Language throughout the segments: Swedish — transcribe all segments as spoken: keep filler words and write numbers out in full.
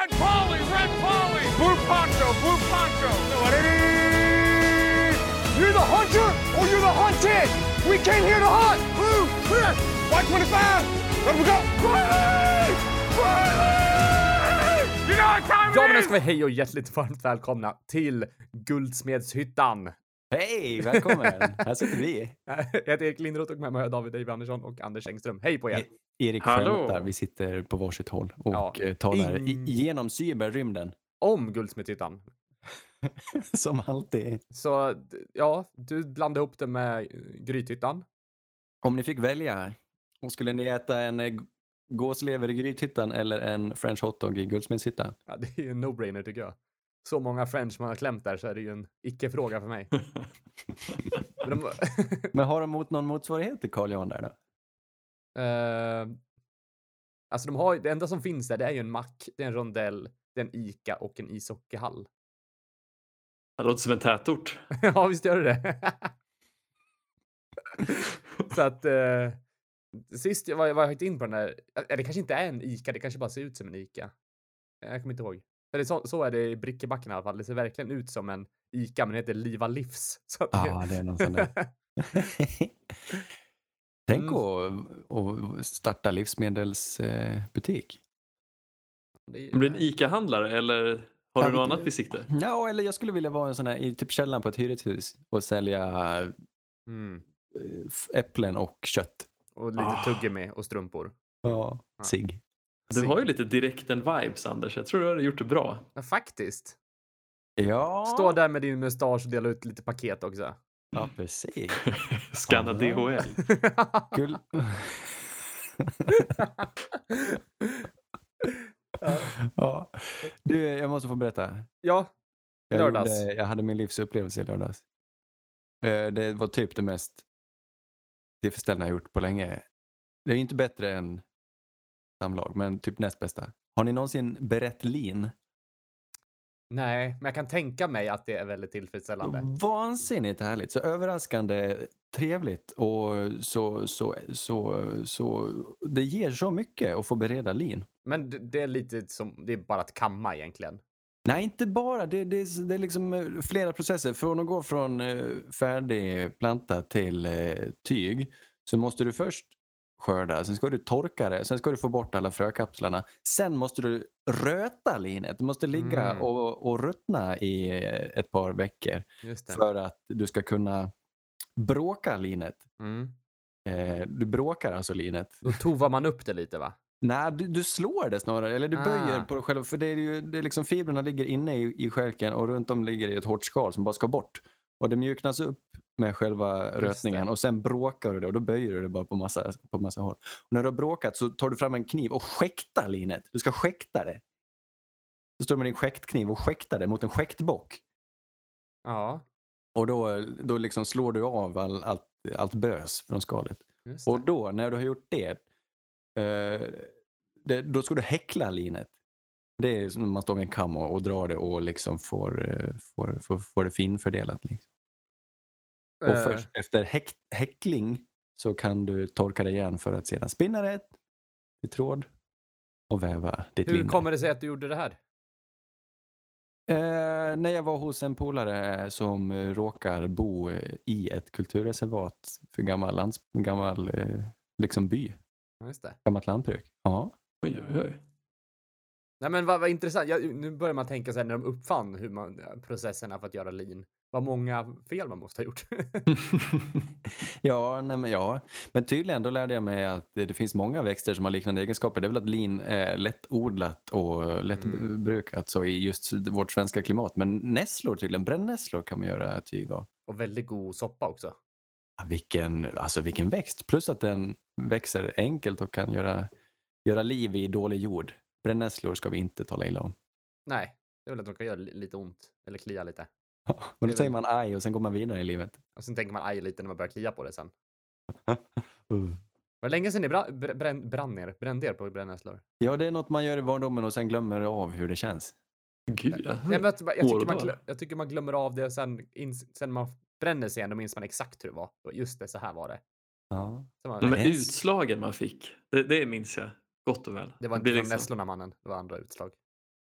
Red Polly, Red Polly, Blue Poncho, Blue Poncho. You're the hunter or you're the hunted. We came here to hunt. Blue, clear. Y twenty-five. Let me go. Riley! Riley! You know what time it is? Ja, men då ska vi hej och hjärtligt varmt välkomna till Guldsmedshyttan. Hej, välkommen! Här sitter vi. Jag heter Erik Lindroth och med mig har jag David David Andersson och Anders Engström. Hej på er! E- Erik Hallå. skämtar, vi sitter på varsitt håll och Ja. ja. talar In- i- genom cyberrymden. Om Guldsmedshyttan. Som alltid. Så ja, du blandade ihop det med Grythyttan. Om ni fick välja, och skulle ni äta en eh, gåslever i Grythyttan eller en French hotdog i Guldsmedshyttan? Ja, det är ju en no-brainer tycker jag. Så många French man har klämt där så är det ju en icke-fråga för mig. Men de, Men har de mot någon motsvarighet till Carl Johan där då? eh, alltså de har, det enda som finns där det är ju en mack, det är en rondell, det är en Ica och en ishockeyhall. Det låter som en tätort. Ja, visst gör det det. Så att eh, sist jag var, var jag högt in på den där, eh, det kanske inte är en Ica, det kanske bara ser ut som en Ica. Jag kommer inte ihåg. Eller så, så är det i Brickebacken i alla fall. Det ser verkligen ut som en Ica, men det heter Liva Livs. Så att Ja, ah, det är någon sån där. Tänk Mm. att att starta livsmedelsbutik. det är- Det blir en Ica-handlare eller har du något annat i sikte? Ja, eller jag skulle vilja vara en sån här i typ källaren på ett hyreshus och sälja Mm. eh, f- äpplen och kött. Och lite Ah. tuggummi och strumpor. Ja, Ja. sig. Du har ju lite direkten-vibes, Anders. Jag tror du har gjort det bra. Ja, faktiskt. Ja, Stå där med din mustasch och dela ut lite paket också. ja precis. Scanna Ja. D H L. Guld... Ja. ja. Du, jag måste få berätta. Ja, Jag, Lördags. gjorde, jag hade min livsupplevelse i lördags. Eh, Det var typ det mest tillfredsställande jag gjort på länge. Det är inte bättre än samlag, men typ näst bästa. Har ni någonsin berett lin? nej, men jag kan tänka mig att det är väldigt tillfredsställande. Vansinnigt härligt, så överraskande trevligt och så, så, så, så det ger så mycket att få bereda lin. Men det- det är lite som, det är bara att kamma egentligen. Nej, inte bara. Det, det, är- det är liksom eh, flera processer. Från att gå från eh, färdig planta till eh, tyg så måste du först skörda, sen ska du torka det, sen ska du få bort alla frökapslarna. Sen måste du röta linet. Det måste ligga Mm. och, och ruttna i eh, ett par veckor Just det. för att du ska kunna bråka linet. Mm. Eh, du bråkar alltså linet. Då tovar man upp det lite va? Nej, du, du slår det snarare. Eller du Ah. böjer på det själv. För det är ju, det är liksom fibrerna ligger inne i, i stjälken och runt om ligger det ett hårt skal som bara ska bort. Och det mjuknas upp med själva Just rötningen det. och sen bråkar du det och då böjer du det bara på massa, på massa håll. Och när du har bråkat så tar du fram en kniv och skäktar linet. Du ska skäkta det. Så står du med din skäktkniv och skäktar det mot en skäktbock. Ja, Och då, då liksom slår du av all, allt, allt bös från skalet. just det. Och då, när du har gjort det, eh, det då ska du häckla linet. Det är som när man står med en kam och, och drar det och liksom får, eh, får, får, får det finfördelat. Liksom. Och Eh, först efter häck, häckling så kan du torka det igen för att sedan spinna det i tråd och väva ditt Hur linne. kommer det sig att du gjorde det här? Eh, när jag var hos en polare som eh, råkar bo eh, i ett kulturreservat för gammal, lands, gammal eh, liksom by, Ja, just det. gammalt lantbruk. Ja. Oj, oj, oj. Nej men vad, vad intressant. Jag, nu börjar man tänka sig när de uppfann hur man, processerna för att göra lin. Vad många fel man måste ha gjort. Ja, nej men ja. Men tydligen då lärde jag mig att det, det finns många växter som har liknande egenskaper. Det är väl att lin är lättodlat och lättbrukat så i just vårt svenska klimat. Men nässlor tydligen, brännässlor kan man göra tyg av. Och väldigt god soppa också. Ja, vilken, alltså vilken växt. Plus att den växer enkelt och kan göra, göra liv i dålig jord. Brännässlor ska vi inte tala illa om. Nej, det är väl att de kan göra li- lite ont. Eller klia lite. Men Det då är säger väl- man aj och sen går man vidare i livet. Och sen tänker man aj lite när man börjar klia på det sen. Uh. Var det länge sedan ni bra, br- bränn, brann er, brände er på brännässlor? Ja, det är något man gör i vardagen och sen glömmer av hur det känns. Gud, ja. Nej, men att, jag, tycker År man, och glö- dag. jag tycker man glömmer av det sen, ins, sen man bränner sig igen. Då minns man exakt hur det var. Och just det, så här var det. Ja. Så man, De här Yes. utslagen man fick, det, det minns jag gott och väl. det var inte blir från liksom- nässlorna mannen. Det var andra utslag.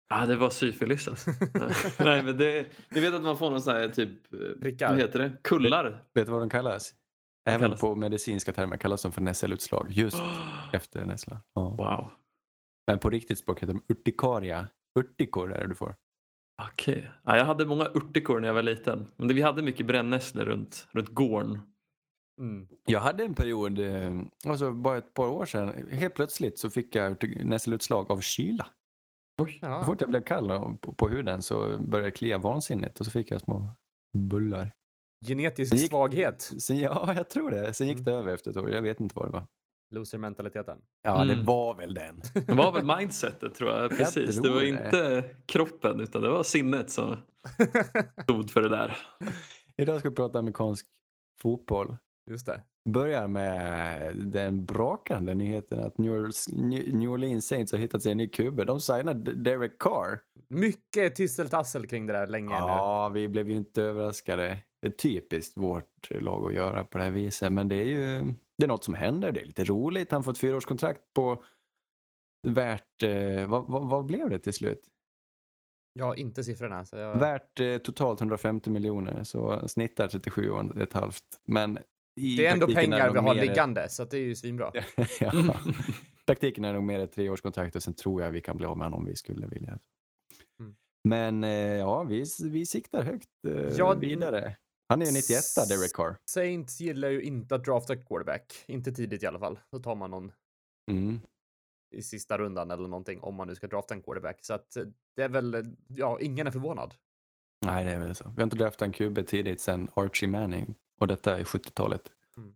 Ja, det var syfilis alltså. Nej, men det, jag vet att man får någon sån här typ, Prickar. vad heter det? Kullar. Vet du vad de kallas? Vad Även kallas? på medicinska termer kallas de för nässelutslag. Just efter nässla. Ja. Wow. Men på riktigt språk heter de urtikaria. Urtikor är det du får. Okej. Ja, jag hade många urtikor när jag var liten. Men det, vi hade mycket brännässlor runt, runt gården. Mm. Jag hade en period, eh, alltså bara ett par år sedan, helt plötsligt så fick jag urtik- nässelutslag av kyla. Oj. Så Ja. fort jag blev kall på, på huden så började det klia vansinnigt och så fick jag små bullar. Genetisk Det gick- svaghet. Sen, ja, jag tror det. Sen gick det över efter ett år. Jag vet inte vad det var. Loser-mentaliteten. Ja, Mm. det var väl den. Det var väl mindsetet tror jag. Precis. tror Det var det. inte kroppen utan det var sinnet som stod för det där. Idag ska vi prata amerikansk fotboll. Just det. Börjar med den brakande nyheten att New Orleans, New Orleans Saints har hittat sig en ny Q B. De signade Derek Carr. Mycket tisseltassel kring det där länge nu. Ja, vi blev ju inte överraskade. Det är typiskt vårt lag att göra på det här viset. Men det är ju det är något som händer. Det är lite roligt. Han får ett fyraårskontrakt på värt... Eh, vad, vad, vad blev det till slut? Jag har inte siffrorna. Så jag... Värt eh, totalt hundrafemtio miljoner. Så snittar trettiosju och ett halvt. Men i Det är ändå praktiken pengar är vi de har mer- liggande, så att det är ju svinbra. ja. Praktiken är nog mer ett treårskontrakt och sen tror jag vi kan bli av med honom om vi skulle vilja. Mm. Men eh, ja, vi, vi siktar högt eh, Ja, vidare. Han är ju nittioett, Derek Carr. Saints gillar ju inte att drafta quarterback. Inte tidigt i alla fall. Då tar man någon Mm. i sista rundan eller någonting om man nu ska drafta en quarterback. Så att det är väl, ja, ingen är förvånad. Nej, det är väl så. Vi har inte draftat en Q B tidigt sedan Archie Manning. Och detta är sjuttiotalet.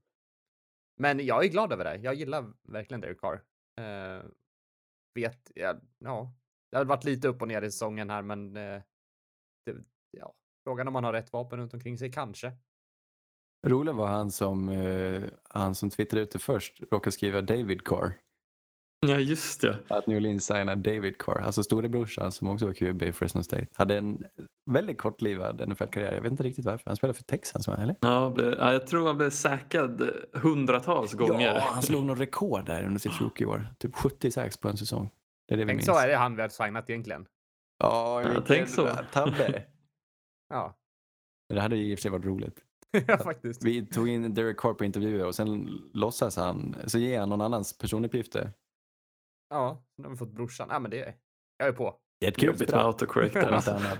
Men jag är glad över det. Jag gillar verkligen Derek Carr. Uh, vet, ja, ja. Det har varit lite upp och ner i säsongen här, men uh, det, ja. Frågan om man har rätt vapen runt omkring sig, kanske. Roligt var han som, eh, han som twittrade ut det först råkade skriva David Carr. Ja, just det. Att New Orleans signade David Carr, alltså storebrorsan som också var Q B i Fresno State. Hade en väldigt kortlivad N F L-karriär. Jag vet inte riktigt varför. Han spelade för Texans, va? Eller? Ja, ble, ja, jag tror han blev säkrad hundratals gånger. Ja, han slog någon rekord där under sitt rookie-år. Typ sjuttiosex på en säsong. Det är det vi Tänk minns. så är det han vi har signat egentligen. Ja, Ja, vilken tänk så. tabbe. Ja, Det hade ju i och för sig varit roligt. ja faktiskt. Vi tog in Derek Carr på intervjuer och sen låtsas han, så ger han någon annans personuppgifter. Ja, nu har vi fått brorsan. Ja, men det är jag är på. Det är ett kul Jobbigt med straff. autocorrect där. Om inte annat.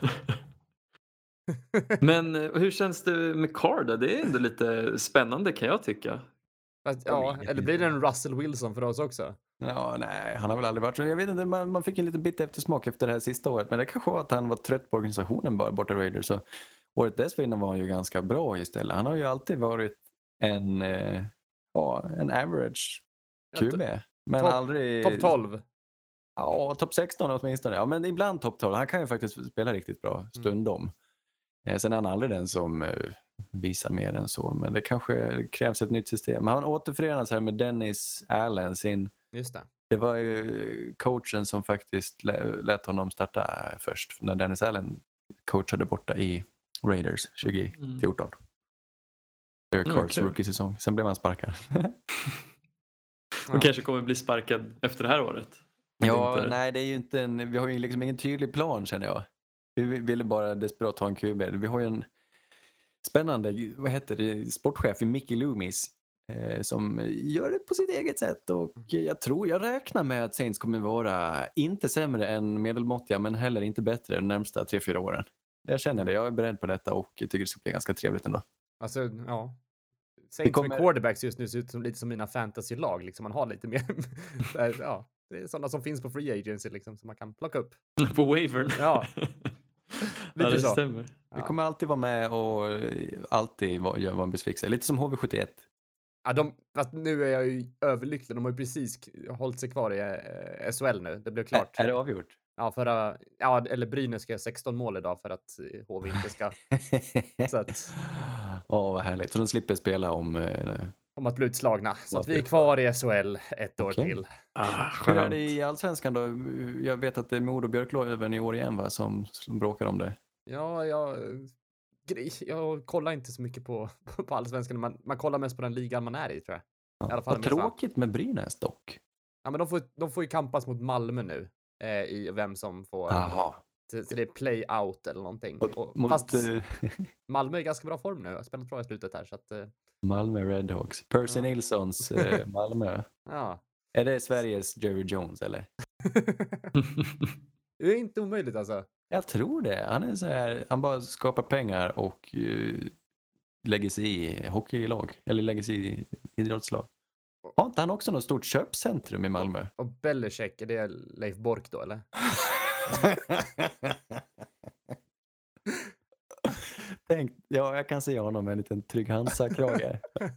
Men eh, hur känns det med Carr då? Det är ändå lite spännande kan jag tycka. Fast, ja, eller blir det en Russell Wilson för oss också? Ja, nej, han har väl aldrig varit så. Jag vet inte, man, man fick en liten bit eftersmak efter det här sista året. Men det kanske var att han var trött på organisationen bara borta i Raiders. Så året dessförinnan var han ju ganska bra istället. Han har ju alltid varit en, eh, ja, en average Q B. Men Topp- aldrig... Topp tolv. Ja, topp sexton åtminstone. Ja, men ibland topp tolv. Han kan ju faktiskt spela riktigt bra stundom. Mm. Sen är han aldrig den som uh, visar mer än så. Men det kanske krävs ett nytt system. Men han återförenas här med Dennis Allen. Sin, Just det. det var ju coachen som faktiskt lä- lät honom starta först. När Dennis Allen coachade borta i Raiders tjugofjorton. Derek Mm, Carrs kul. rookie-säsong. Sen blev han sparkad. Han kanske kommer bli sparkad efter det här året. Ja, Inte- nej, det är ju inte en, vi har ju liksom ingen tydlig plan känner jag. Vi ville bara desperat ha en Q B. Vi har ju en spännande, vad heter det, sportchef i Mickey Loomis eh, som gör det på sitt eget sätt och jag tror, jag räknar med att Saints kommer vara inte sämre än medelmåttiga men heller inte bättre de närmsta tre fyra åren. Jag känner det, jag är beredd på detta och jag tycker det ska bli ganska trevligt ändå. Alltså, ja. Saints kommer- med quarterbacks just nu ser ut som lite som mina fantasy-lag. Liksom man har lite mer. Där, ja, det är sådana som finns på free agency liksom, som man kan plocka upp. På wavern. Ja. ja, Lite det så. stämmer. Vi kommer alltid vara med och eh, alltid vara- göra en besvikelse. Lite som H V sjuttioett. Ja, de, fast nu är jag ju överlycklig. De har ju precis hållit sig kvar i eh, S H L nu. Det blev klart. Är det avgjort? Ja, förra, ja, eller Brynäs ska göra sexton mål idag för att eh, H V inte ska. Så att, Åh, vad härligt. Så de slipper spela om... Eh, om att bli utslagna. Så att vi är kvar i S H L ett år Okej. till. Ah, Hur är skönt. det i Allsvenskan då? Jag vet att det är Modo och Björklöven i år igen va? Som, som bråkar om det. Ja, jag, grej, jag kollar inte så mycket på, på allsvenskan. Man, man kollar mest på den ligan man är i, tror jag. Ja. I alla fall Vad med fan. tråkigt med Brynäs dock. Ja, men de får, de får ju kampas mot Malmö nu. eh, i vem som får Jaha. till, till det play out eller någonting. Och Och, mot fast eh, Malmö är i ganska bra form nu. Jag har spelat bra i slutet här så att eh, Malmö Redhawks. Percy Ja. Nilssons eh, Malmö. ja. Är det Sveriges Jerry Jones eller? Det är inte omöjligt alltså. Jag tror det. Han är så här, han bara skapar pengar och uh, lägger sig i hockeylag. Eller lägger sig i idrottslag. Har inte han också något stort köpcentrum i Malmö? Och Belichick, är det Leif Bork då eller? Tänk, ja, jag kan se honom med en liten Trygg Hansa-krage.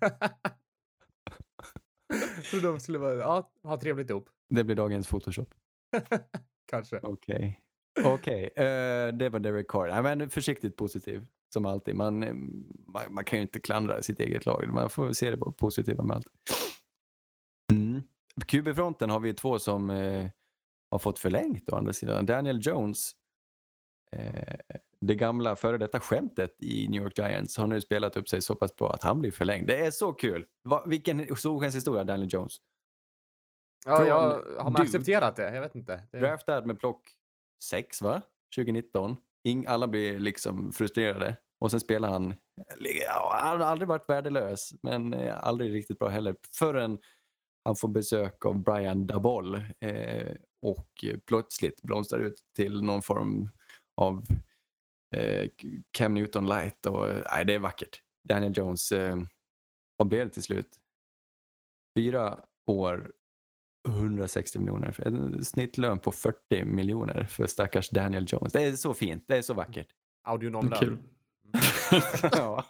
Så de skulle vara, ja, ha trevligt ihop. Det blir dagens Photoshop. Kanske. Okej. Okej, eh, det var Derek Carr. Nej, men försiktigt positiv, som alltid. Man, eh, man, man kan ju inte klandra sitt eget lag. Man får se det på positiva med allt. Mm. På Q B-fronten har vi två som eh, har fått förlängt å andra sidan. Daniel Jones, eh, det gamla före detta skämtet i New York Giants, har nu spelat upp sig så pass bra att han blir förlängd. Det är så kul. Va, vilken solskenshistoria, Daniel Jones. Ja, Från jag har man du. accepterat det? Jag vet inte. Det... Draftad med plock sex, va? tjugonitton. Ing, alla blir liksom frustrerade. Och sen spelar han... Ja, han har aldrig varit värdelös, men eh, aldrig riktigt bra heller. Förrän han får besök av Brian Daboll eh, och plötsligt blomstrar ut till någon form av eh, Cam Newton light. Och, nej, det är vackert. Daniel Jones, eh, vad blev det till slut? Fyra år... hundrasextio miljoner. En snittlön på fyrtio miljoner för stackars Daniel Jones. Det är så fint. Det är så vackert. Audionomlön. Kul. Ja.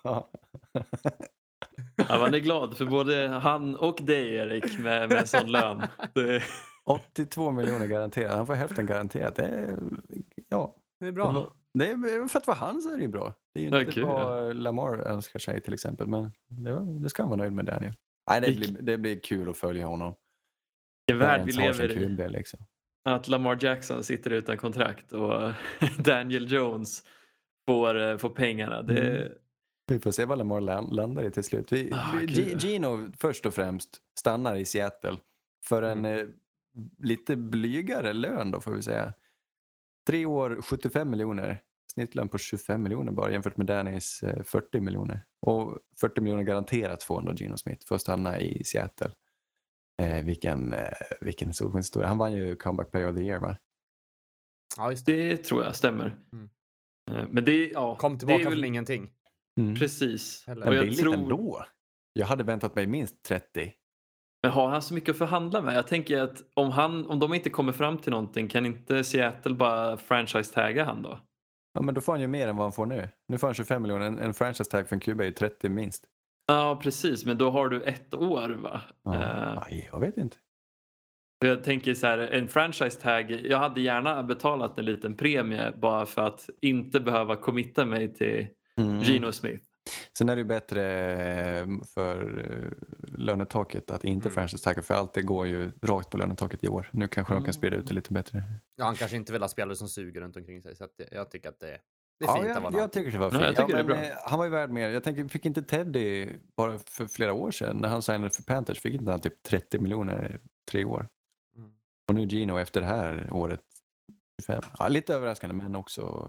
Ja, man är glad för både han och dig, Erik, med, med en sån lön. Det... åttiotvå miljoner garanterat. Han får hälften garanterat. Det är, ja. Det är bra. Det är, för att vara han så är det ju bra. Det är ju Ja, inte kul, vad ja. Lamar önskar sig till exempel. Men det, det ska man vara nöjd med Daniel. Nej, det blir, det blir kul att följa honom. Det är värld vi Giants har sin lever i. Q B, liksom. Att Lamar Jackson sitter utan kontrakt och Daniel Jones får, får pengarna. Det... Mm. Vi får se vad Lamar landar i till slut. Vi, Ah, vi, gud. Gino först och främst stannar i Seattle för en Mm. eh, lite blygare lön då, får vi säga. Tre år, sjuttiofem miljoner. Snittlön på tjugofem miljoner bara jämfört med Dannys eh, fyrtio miljoner. Och fyrtio miljoner garanterat får ändå Gino Smith för att stanna i Seattle. Eh, vilken eh, vilken solskenshistoria. Han vann ju Comeback Player of the Year, va? Ja, just det. det tror jag stämmer. Mm. Eh, Men det, ja, Kom det tillbaka är väl från ingenting. Mm. precis. Eller- Och Men jag billigt tror... ändå. Jag hade väntat mig minst trettio. Men har han så mycket att förhandla med? Jag tänker att om, han, om de inte kommer fram till någonting, kan inte Seattle bara franchise-tagga han då? Ja, men då får han ju mer än vad han får nu. Nu får han tjugofem miljoner. En, en franchise tag för en Q B är trettio minst. Ja, precis. Men då har du ett år, va? Ja, Eh, nej, jag vet inte. Jag tänker så här, en franchise-tag, jag hade gärna betalat en liten premie bara för att inte behöva committa mig till Mm. Gino Smith. Sen är det ju bättre eh, för eh, lönetaket att inte Mm. franchise-tagga, för allt det går ju rakt på lönetaket i år. Nu kanske de kan sprida ut det lite bättre. Ja, han kanske inte vill ha spelare som suger runt omkring sig. Så att det, jag tycker att det, det är Ja, fint av jag, honom. jag tycker det var Ja, fint. jag tycker det är bra. eh, han var ju värd mer. Jag tänker, fick inte Teddy bara för flera år sedan när han signade för Panthers, fick inte han typ trettio miljoner tre år? Mm. Och nu Gino efter det här året tjugofem. Ja, lite överraskande, men också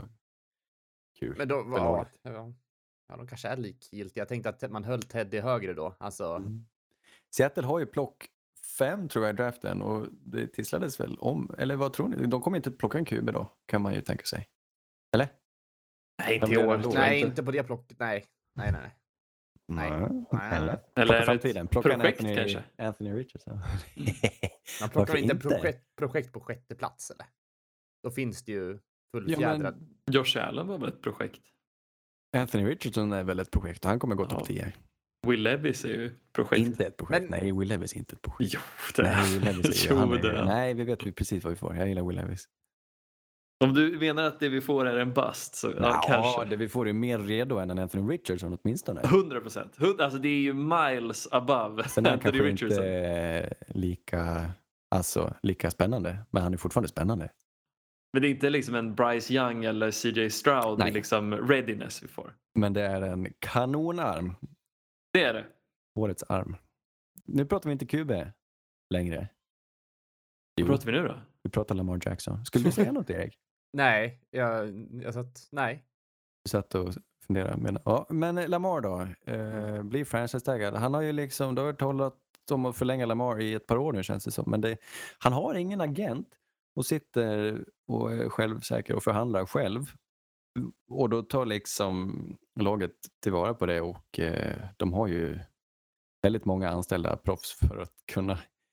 kul. Men då, för vad, laget. ja, ja, de kanske är likgiltiga. Jag tänkte att man höll Teddy högre då. Alltså, Mm. Seattle har ju plock fem tror jag i draften, och det tisslades väl om, eller vad tror ni? De kommer inte plocka en Q B då, kan man ju tänka sig. Eller? Nej, inte De i gör år. ändå. tror jag nej, inte. inte på det plocket. Nej, nej, nej. Nej. Nej. Eller? Eller Plocka är det framtiden. ett Plocka en projekt Anthony, kanske? Anthony Richardson. Man plockar Varför inte, inte? Projekt, projekt på sjätte plats eller? Då finns det ju Ja, fullfjädrad. men Josh Allen var väl ett projekt? Anthony Richardson är väl ett projekt, och han kommer gå Ja. topp tio. Will Levis är ju projekt. Inte ett projekt. Men- Nej, Will Levis är inte ett projekt. Jo, det Nej, Will Levis är ju, Jo, han är, det är. nej, vi vet ju precis vad vi får. Jag gillar Will Levis. Om du menar att det vi får är en bust så ja, Ja, kanske. det vi får är mer redo än en Anthony Richardson åtminstone. hundra procent. Alltså det är ju miles above Sen är han Anthony kanske Richardson. inte lika, alltså, lika spännande, men han är fortfarande spännande. Men det är inte liksom en Bryce Young eller C J Stroud Nej. i liksom readiness vi får. Men det är en kanonarm. Det är det. Årets arm. Nu pratar vi inte Q B längre. Vad Jo, pratar vi nu då? Vi pratar Lamar Jackson. Skulle du säga något, Erik? Nej, jag, jag satt, nej. Du satt och funderade. Men, ja, men Lamar då, eh, blir franchise-taggad. Han har ju liksom, det har talat om att förlänga Lamar i ett par år nu känns det som. Men det, han har ingen agent och sitter och är självsäker och förhandlar själv. Och då tar liksom laget tillvara på det och eh, de har ju väldigt många anställda proffs för att kunna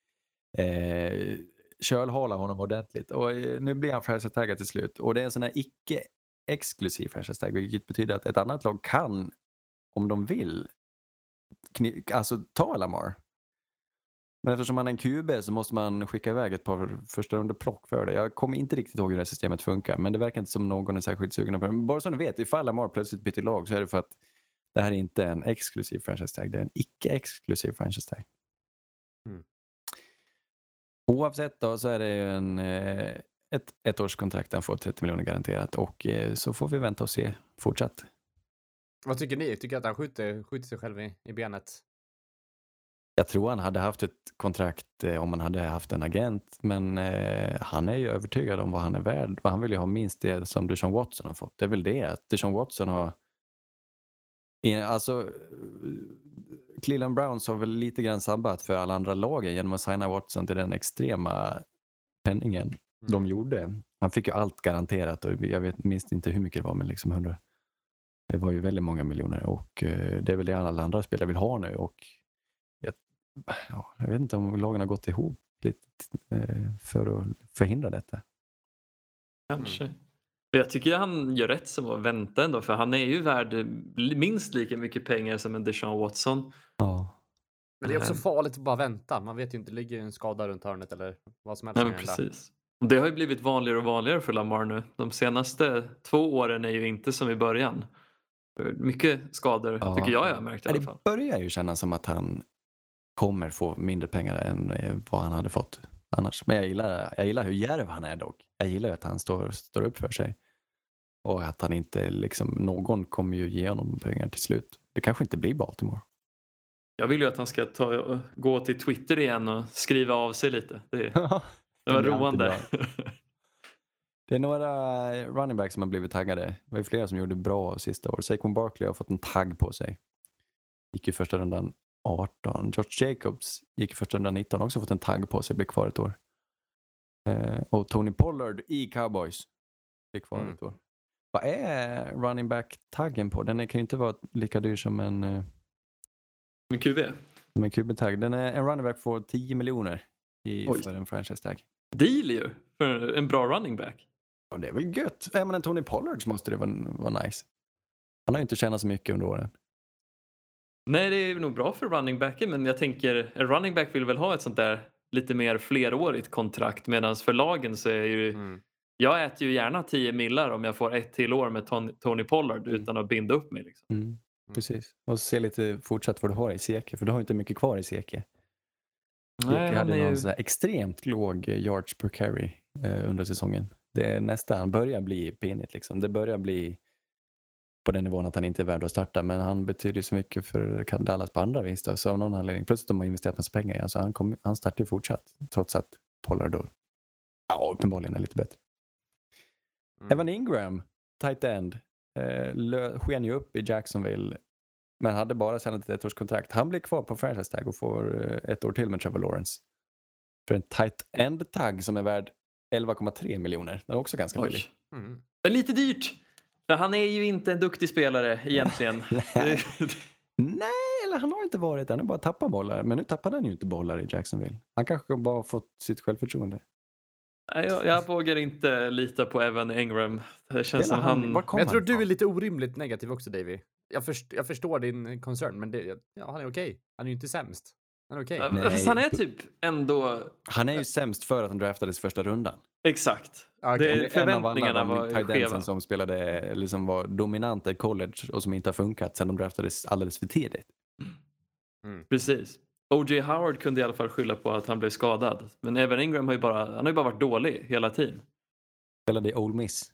eh, kölhala honom ordentligt. Och eh, nu blir han franchise-taggad till slut. Och det är en sån här icke-exklusiv franchise-tagg, vilket betyder att ett annat lag kan, om de vill, kni- alltså ta Lamar. Men eftersom man är en Q B så måste man skicka iväg ett par första runda plock för det. Jag kommer inte riktigt ihåg hur det här systemet funkar, men det verkar inte som någon är särskilt sugen på det. Men bara så ni vet, ifall Lamar plötsligt byter lag så är det för att det här är inte en exklusiv franchise-tag, det är en icke-exklusiv franchise-tag. Mm. Oavsett då så är det ju en, ett ettårskontrakt, han får trettio miljoner garanterat och så får vi vänta och se fortsatt. Vad tycker ni? Tycker att han skjuter, skjuter sig själv i, i benet? Jag tror han hade haft ett kontrakt eh, om han hade haft en agent, men eh, han är ju övertygad om vad han är värd. Han vill ju ha minst det som Deshaun Watson har fått. Det är väl det att Deshaun Watson har alltså Cleveland Browns har väl lite grann sabbat för alla andra lagen genom att signa Watson till den extrema penningen mm. de gjorde. Han fick ju allt garanterat och jag vet minst inte hur mycket det var, men liksom hundra. Det var ju väldigt många miljoner och eh, det är väl det alla andra spelare vill ha nu och jag, ja, jag vet inte om lagen har gått ihop lite eh, för att förhindra detta. Kanske. Mm. Jag tycker han gör rätt som att vänta ändå, för han är ju värd minst lika mycket pengar som en Deshaun Watson. Ja. Men det är också farligt att bara vänta. Man vet ju inte, ligger en skada runt hörnet eller vad som helst. Nej, men precis. Och det har ju blivit vanligare och vanligare för Lamar nu. De senaste två åren är ju inte som i början. Mycket skador ja. tycker jag jag har märkt i alla fall. Det börjar ju kännas som att han kommer få mindre pengar än vad han hade fått annars. Men jag gillar, jag gillar hur djärv han är dock. Jag gillar att han står, står upp för sig. Och att han inte liksom, någon kommer ju ge honom pengar till slut. Det kanske inte blir Baltimore. Jag vill ju att han ska ta, gå till Twitter igen och skriva av sig lite. Det, det var roande. Det är några running backs som har blivit taggade. Det var ju flera som gjorde bra sista år. Saquon Barkley har fått en tagg på sig. Gick i första rundan arton. Josh Jacobs gick i första rundan nitton. Också fått en tagg på sig. Blev kvar ett år. Eh, och Tony Pollard i Cowboys. Blev kvar mm. ett år. Vad är running back-taggen på? Den kan ju inte vara lika dyr som en... Eh, en Q B. Som en Q B-tagg. Den är, en running back får tio miljoner i, för en franchise-tagg. Deal ju. För en bra running back. Ja, det är väl gött. Är man en Tony Pollard så måste det vara, vara nice. Han har ju inte tjänat så mycket under åren. Nej, det är nog bra för running backen, men jag tänker en running back vill väl ha ett sånt där lite mer flerårigt kontrakt, medan för lagen så är ju mm. jag äter ju gärna tio millar om jag får ett till år med Tony, Tony Pollard mm. utan att binda upp mig liksom. Mm. Precis. Och se lite fortsatt vad du har i Seke, för du har inte mycket kvar i Seke. Seke hade någon ju... sån extremt låg yards per carry eh, under säsongen. Det är nästan börjar bli pinigt liksom. Det börjar bli på den nivån att han inte är värd att starta, men han betyder så mycket för Dallas på andra vis då. Så av någon anledning, plötsligt de har investerat massa pengar i. Alltså han, kom, han startar ju fortsatt, trots att Pollard då ja, uppenbarligen är lite bättre. Mm. Evan Ingram, tight end, eh, lö, sken ju upp i Jacksonville, men hade bara signat ett ettårskontrakt. Han blir kvar på franchise tag och får eh, ett år till med Trevor Lawrence. För en tight end tag som är värd elva komma tre miljoner. Det är också ganska billigt. Mm. Det är lite dyrt. För han är ju inte en duktig spelare egentligen. Nej. Nej, eller han har inte varit. Han har bara tappat bollar. Men nu tappade han ju inte bollar i Jacksonville. Han kanske bara fått sitt självförtroende. Jag, jag vågar inte lita på Evan Ingram. Det känns som han... han... Men jag tror du är lite orimligt negativ också, Davy. Jag, först, jag förstår din concern, men det, ja, han är okej. Han är ju inte sämst. Han är okej. Okay. Fast han är typ ändå... Han är ju sämst för att han draftades första rundan. Exakt. Okay. Det, förväntningarna var skeva. Som spelade, eller som var dominanta i college och som inte har funkat sedan de draftades alldeles för tidigt. Mm. Precis. O J Howard kunde i alla fall skylla på att han blev skadad. Men Evan Ingram har ju bara, han har ju bara varit dålig hela tiden. Spelade i Ole Miss.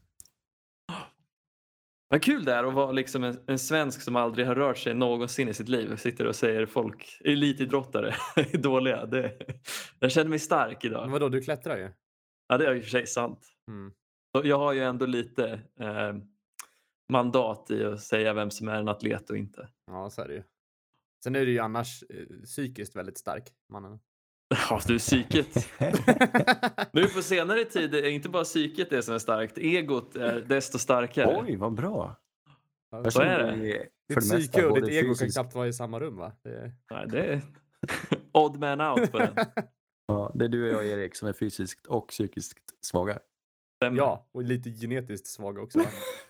Vad kul det är att vara liksom en, en svensk som aldrig har rört sig någonsin i sitt liv. Sitter och säger folk, elitidrottare är dåliga. Det, jag känner mig stark idag. Men vadå, du klättrar ju. Ja, det är ju för sig sant. Mm. Så jag har ju ändå lite eh, mandat i att säga vem som är en atlet och inte. Ja, så är det ju. Sen är det ju annars eh, psykiskt väldigt stark, mannen. Ja, du, psyket. Nu på senare tid är inte bara psyket det som är starkt. Egot är desto starkare. Oj, vad bra. Ja, så är det. För Ditt det mesta psyke och både ditt ego kan fysiskt- knappt vara i samma rum, va? Det... Nej, det är odd man out på den. Ja, det är du och jag, Erik, som är fysiskt och psykiskt svaga. Stämmer. Ja, och lite genetiskt svag också. Va?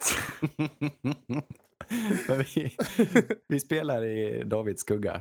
Men vi, vi spelar i Davids skugga.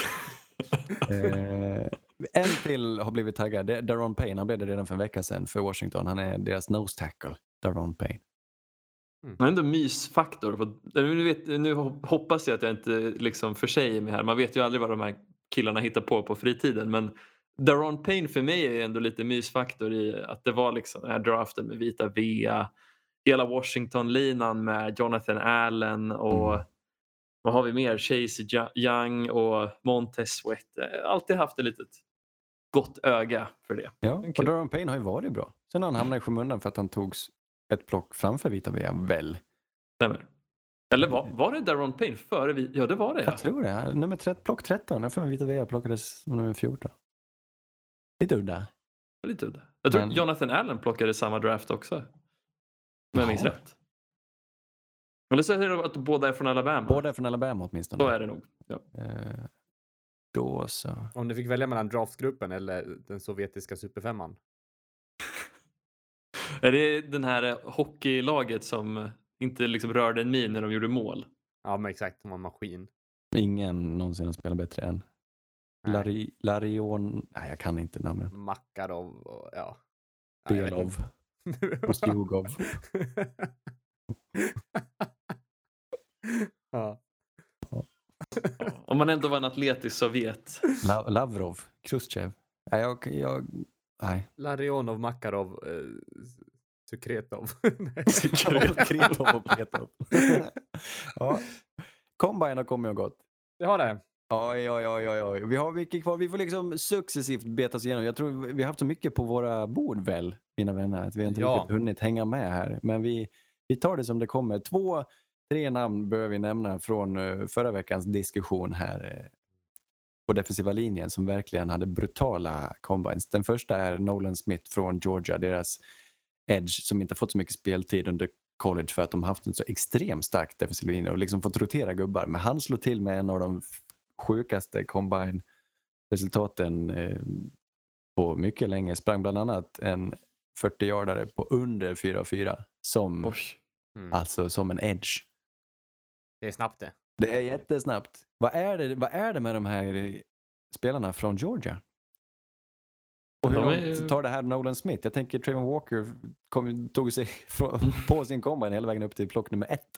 Eh, en till har blivit taggad. Det är Daron Payne. Han blev det redan för en vecka sedan för Washington. Han är deras nose tackle, Daron Payne. Men ändå mysfaktor. För, nu, vet, nu hoppas jag att jag inte liksom försäger mig här. Man vet ju aldrig vad de här killarna hittar på på fritiden. Men Daron Payne för mig är ändå lite mysfaktor i att det var liksom den här draften med Vita Vea. Hela Washington-linan med Jonathan Allen och Mm. vad har vi mer? Chase Young och Montez Sweat. Alltid haft ett litet gott öga för det. Ja, Kul. och Daron Payne har ju varit bra. Sen har han hamnat i skymundan för att han togs ett plock framför Vita Vea, väl? Stämmer. Eller var, var det Daron Payne före vi? Ja, det var det. Ja. Jag tror det. Nummer tre, plock tretton. Jag får Vita Vea plockades som nummer fjorton. Lite udda. Lite udda. Jag tror Men- Jonathan Allen plockade samma draft också. Om jag minns Jaha. rätt. Eller så är det att båda är från Alabama. Båda är från Alabama åtminstone. Så är det nog. Ja. Eh, då så. Om du fick välja mellan draftgruppen eller den sovjetiska superfemman. Är det den här eh, hockeylaget som inte liksom rörde en min när de gjorde mål? Ja, men exakt. De var en maskin. Ingen någonsin har spelat bättre än Nej. Lari, Larion. Nej, jag kan inte namnet. Makarov och ja. Nej, jag vet Belov. inte. Och Stjugov. Ja. Om man ändå var en atlet i Sovjet. La- Lavrov. Khrushchev. Nej, jag, jag, nej. Larionov, Makarov, eh, Sukretov. Nej. Kretov och Petov. Ja. Combine har kommit och gått. Det har det. Oj, oj, oj, oj, oj. Vi har mycket kvar. Vi får liksom successivt betas igenom. Jag tror vi har haft så mycket på våra bord väl, mina vänner, att vi inte Ja. riktigt hunnit hänga med här. Men vi, vi tar det som det kommer. Två, tre namn bör vi nämna från uh, förra veckans diskussion här uh, på defensiva linjen som verkligen hade brutala combines. Den första är Nolan Smith från Georgia, deras edge som inte fått så mycket speltid under college för att de haft en så extremt stark defensiv linje och liksom fått rotera gubbar. Men han slår till med en av de sjukaste combine-resultaten eh, på mycket länge. Sprang bland annat en fyrtio-yardare på under fyra fyra som, Oj. Mm. alltså som en edge. Det är snabbt det. Det är jättesnabbt. Vad är det, vad är det med de här spelarna från Georgia? Och hur De de är- tar det här Nolan Smith. Jag tänker Trayvon Walker kom, tog sig från, på sin combine hela vägen upp till plock nummer ett.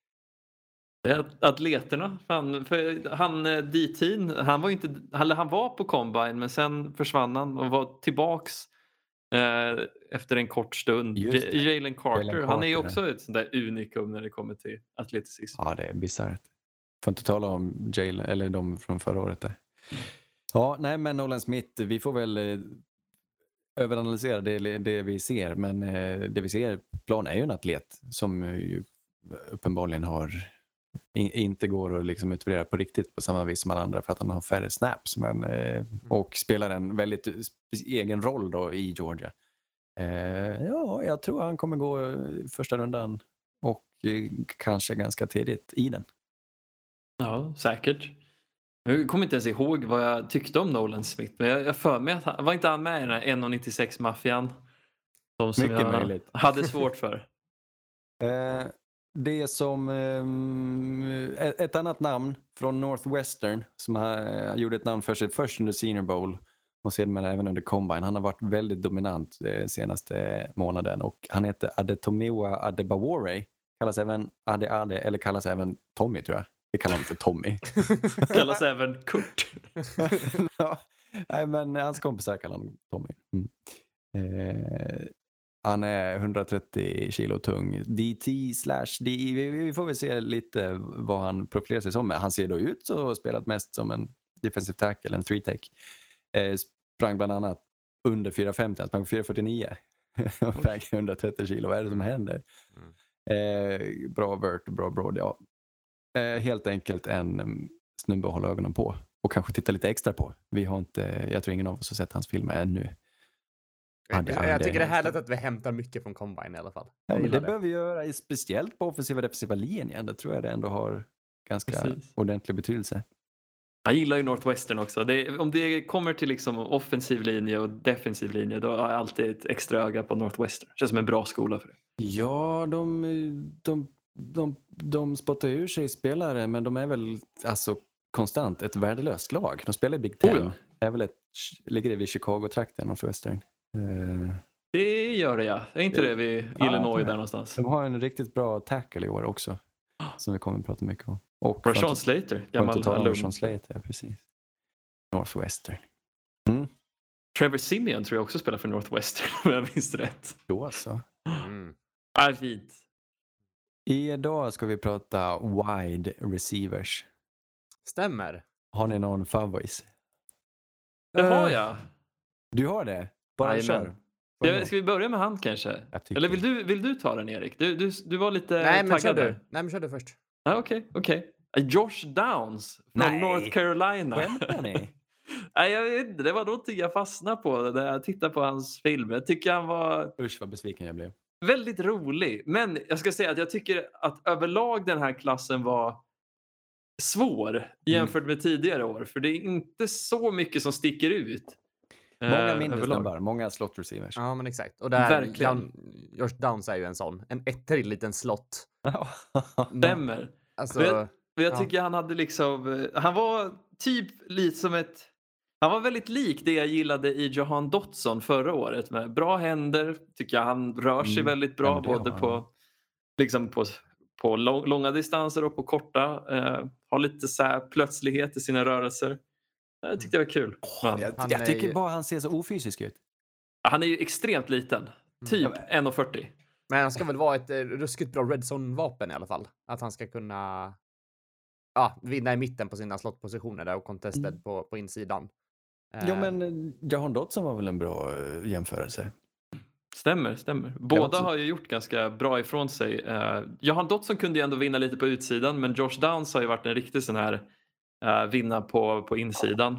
Det är atleterna. Fan, för han eh, D T, han var ju inte, han, han var på combine men sen försvann han och var tillbaks eh, efter en kort stund. Just det. J- Jalen Carter, Jalen han är ju Carter. också ett sånt där unikum när det kommer till atleticism. Ja, det är bisarrt. Får inte tala om Jalen, eller de från förra året där. Ja, nej men Nolan Smith, vi får väl eh, överanalysera det, det vi ser. Men eh, det vi ser på plan är ju en atlet som eh, ju uppenbarligen har in, inte går att liksom utvärdera på riktigt på samma vis som alla andra för att han har färre snaps. Men, eh, och spelar en väldigt spe- egen roll då i Georgia. Eh, ja, jag tror han kommer gå eh, första rundan och eh, kanske ganska tidigt i den. Ja, säkert. Jag kommer inte ens ihåg vad jag tyckte om Nolan Smith. Men jag, jag för mig att han var inte han med i den här en nittiosex-maffian. De som Mycket jag möjligt. hade svårt för. Eh, det som eh, ett ett annat namn från Northwestern som uh, gjorde ett namn för sig först under Senior Bowl och sedan även under Combine. Han har varit väldigt dominant eh, senaste månaden och han heter Adetomiwa Adebawore. Kallas även Ade Ade eller kallas även Tommy tror jag. Vi kallar honom för Tommy. Kallas även Kurt. Ja, nej, men hans kompisar kallar honom Tommy. Mm. Eh, han är hundratrettio kilo tung. D T slash D I. Vi, vi får väl se lite vad han profilerar sig som. Han ser då ut så och spelat mest som en defensive tackle, en three tech. Eh, sprang bland annat under fyra femtio, han sprang fyra fyrtionio. väger hundratrettio kilo. Vad är det som händer? Mm. Eh, bra vert och bra broad, ja. Eh, helt enkelt en um, snubbe att hålla ögonen på. Och kanske titta lite extra på. Vi har inte, jag tror ingen av oss har sett hans filmer ännu. Jag, jag, jag tycker det är härligt att vi hämtar mycket från Combine i alla fall. Ja, men det, det det behöver vi göra, speciellt på offensiva och defensiva linjen. Det tror jag det ändå har ganska Precis. ordentlig betydelse. Jag gillar ju Northwestern också. Det, om det kommer till liksom offensiv linje och defensiv linje, då har jag alltid ett extra öga på Northwestern. Det känns som en bra skola för det. Ja, de, de, de, de spottar ur sig spelare, men de är väl alltså konstant ett värdelöst lag. De spelar i Big Ten. Oh ja. Det är väl ett, ligger det vid Chicago-trakten, Northwestern. Uh, Det gör det, ja. Är inte Ja. det vid Ja, Illinois ja. där någonstans? de har en riktigt bra tackle i år också, som vi kommer att prata mycket om. Och Rashawn Slater, gammal alumn. Rashawn Slater, ja, precis. Northwestern. Mm. Trevor Simeon tror jag också spelar för Northwestern, om jag minns rätt. Då så. Mm. Ah, fint. Idag ska vi prata wide receivers. Stämmer. Har ni någon favorit? Det har jag. Du har det? Bara Jajamän. kör. Ja, ska vi börja med han kanske? Jag tycker- Eller vill du, vill du ta den, Erik? Du, du, du var lite Nej, men kör taggad du. där. Nej, men kör du först. Ah, Okej, okej. Ah, Josh Downs från Nej. North Carolina. Skämtar ni? Nej, jag vet inte. Det var någonting jag fastnade på när jag tittade på hans film. Jag tycker han var Usch vad besviken jag blev. väldigt rolig. Men jag ska säga att jag tycker att överlag den här klassen var svår jämfört med tidigare år. För det är inte så mycket som sticker ut. Många eh, mindre överlag. snubbar, många slot receivers. Ja, men exakt. Och där, Verkligen. Jan, Josh Downs är ju en sån. En ettrig liten slott. Stämmer. Alltså, Men jag, men jag ja. tycker han hade liksom, eh, han var typ lite som ett, han var väldigt lik det jag gillade i Jahan Dotson förra året med bra händer, tycker jag han rör sig Mm. väldigt Ja, bra men det både har han. på, liksom på, på lång, långa distanser och på korta, eh, har lite så här plötslighet i sina rörelser. Jag tyckte det var kul. Men, Jag, Han jag är tycker ju- bara han ser så ofysisk ut. han är ju extremt liten, typ Ja, men- ett fyrtio. Men han ska väl vara ett eh, ruskigt bra Redzone-vapen i alla fall. Att han ska kunna ja, vinna i mitten på sina slottpositioner där och contested Mm. på, på insidan. Ja, Eh, men eh, Jahan Dotson var väl en bra eh, jämförelse. Stämmer, stämmer. Båda också- har ju gjort ganska bra ifrån sig. Uh, Jahan Dotson kunde ju ändå vinna lite på utsidan, men Josh Downs har ju varit en riktig sån här uh, vinna på, på insidan.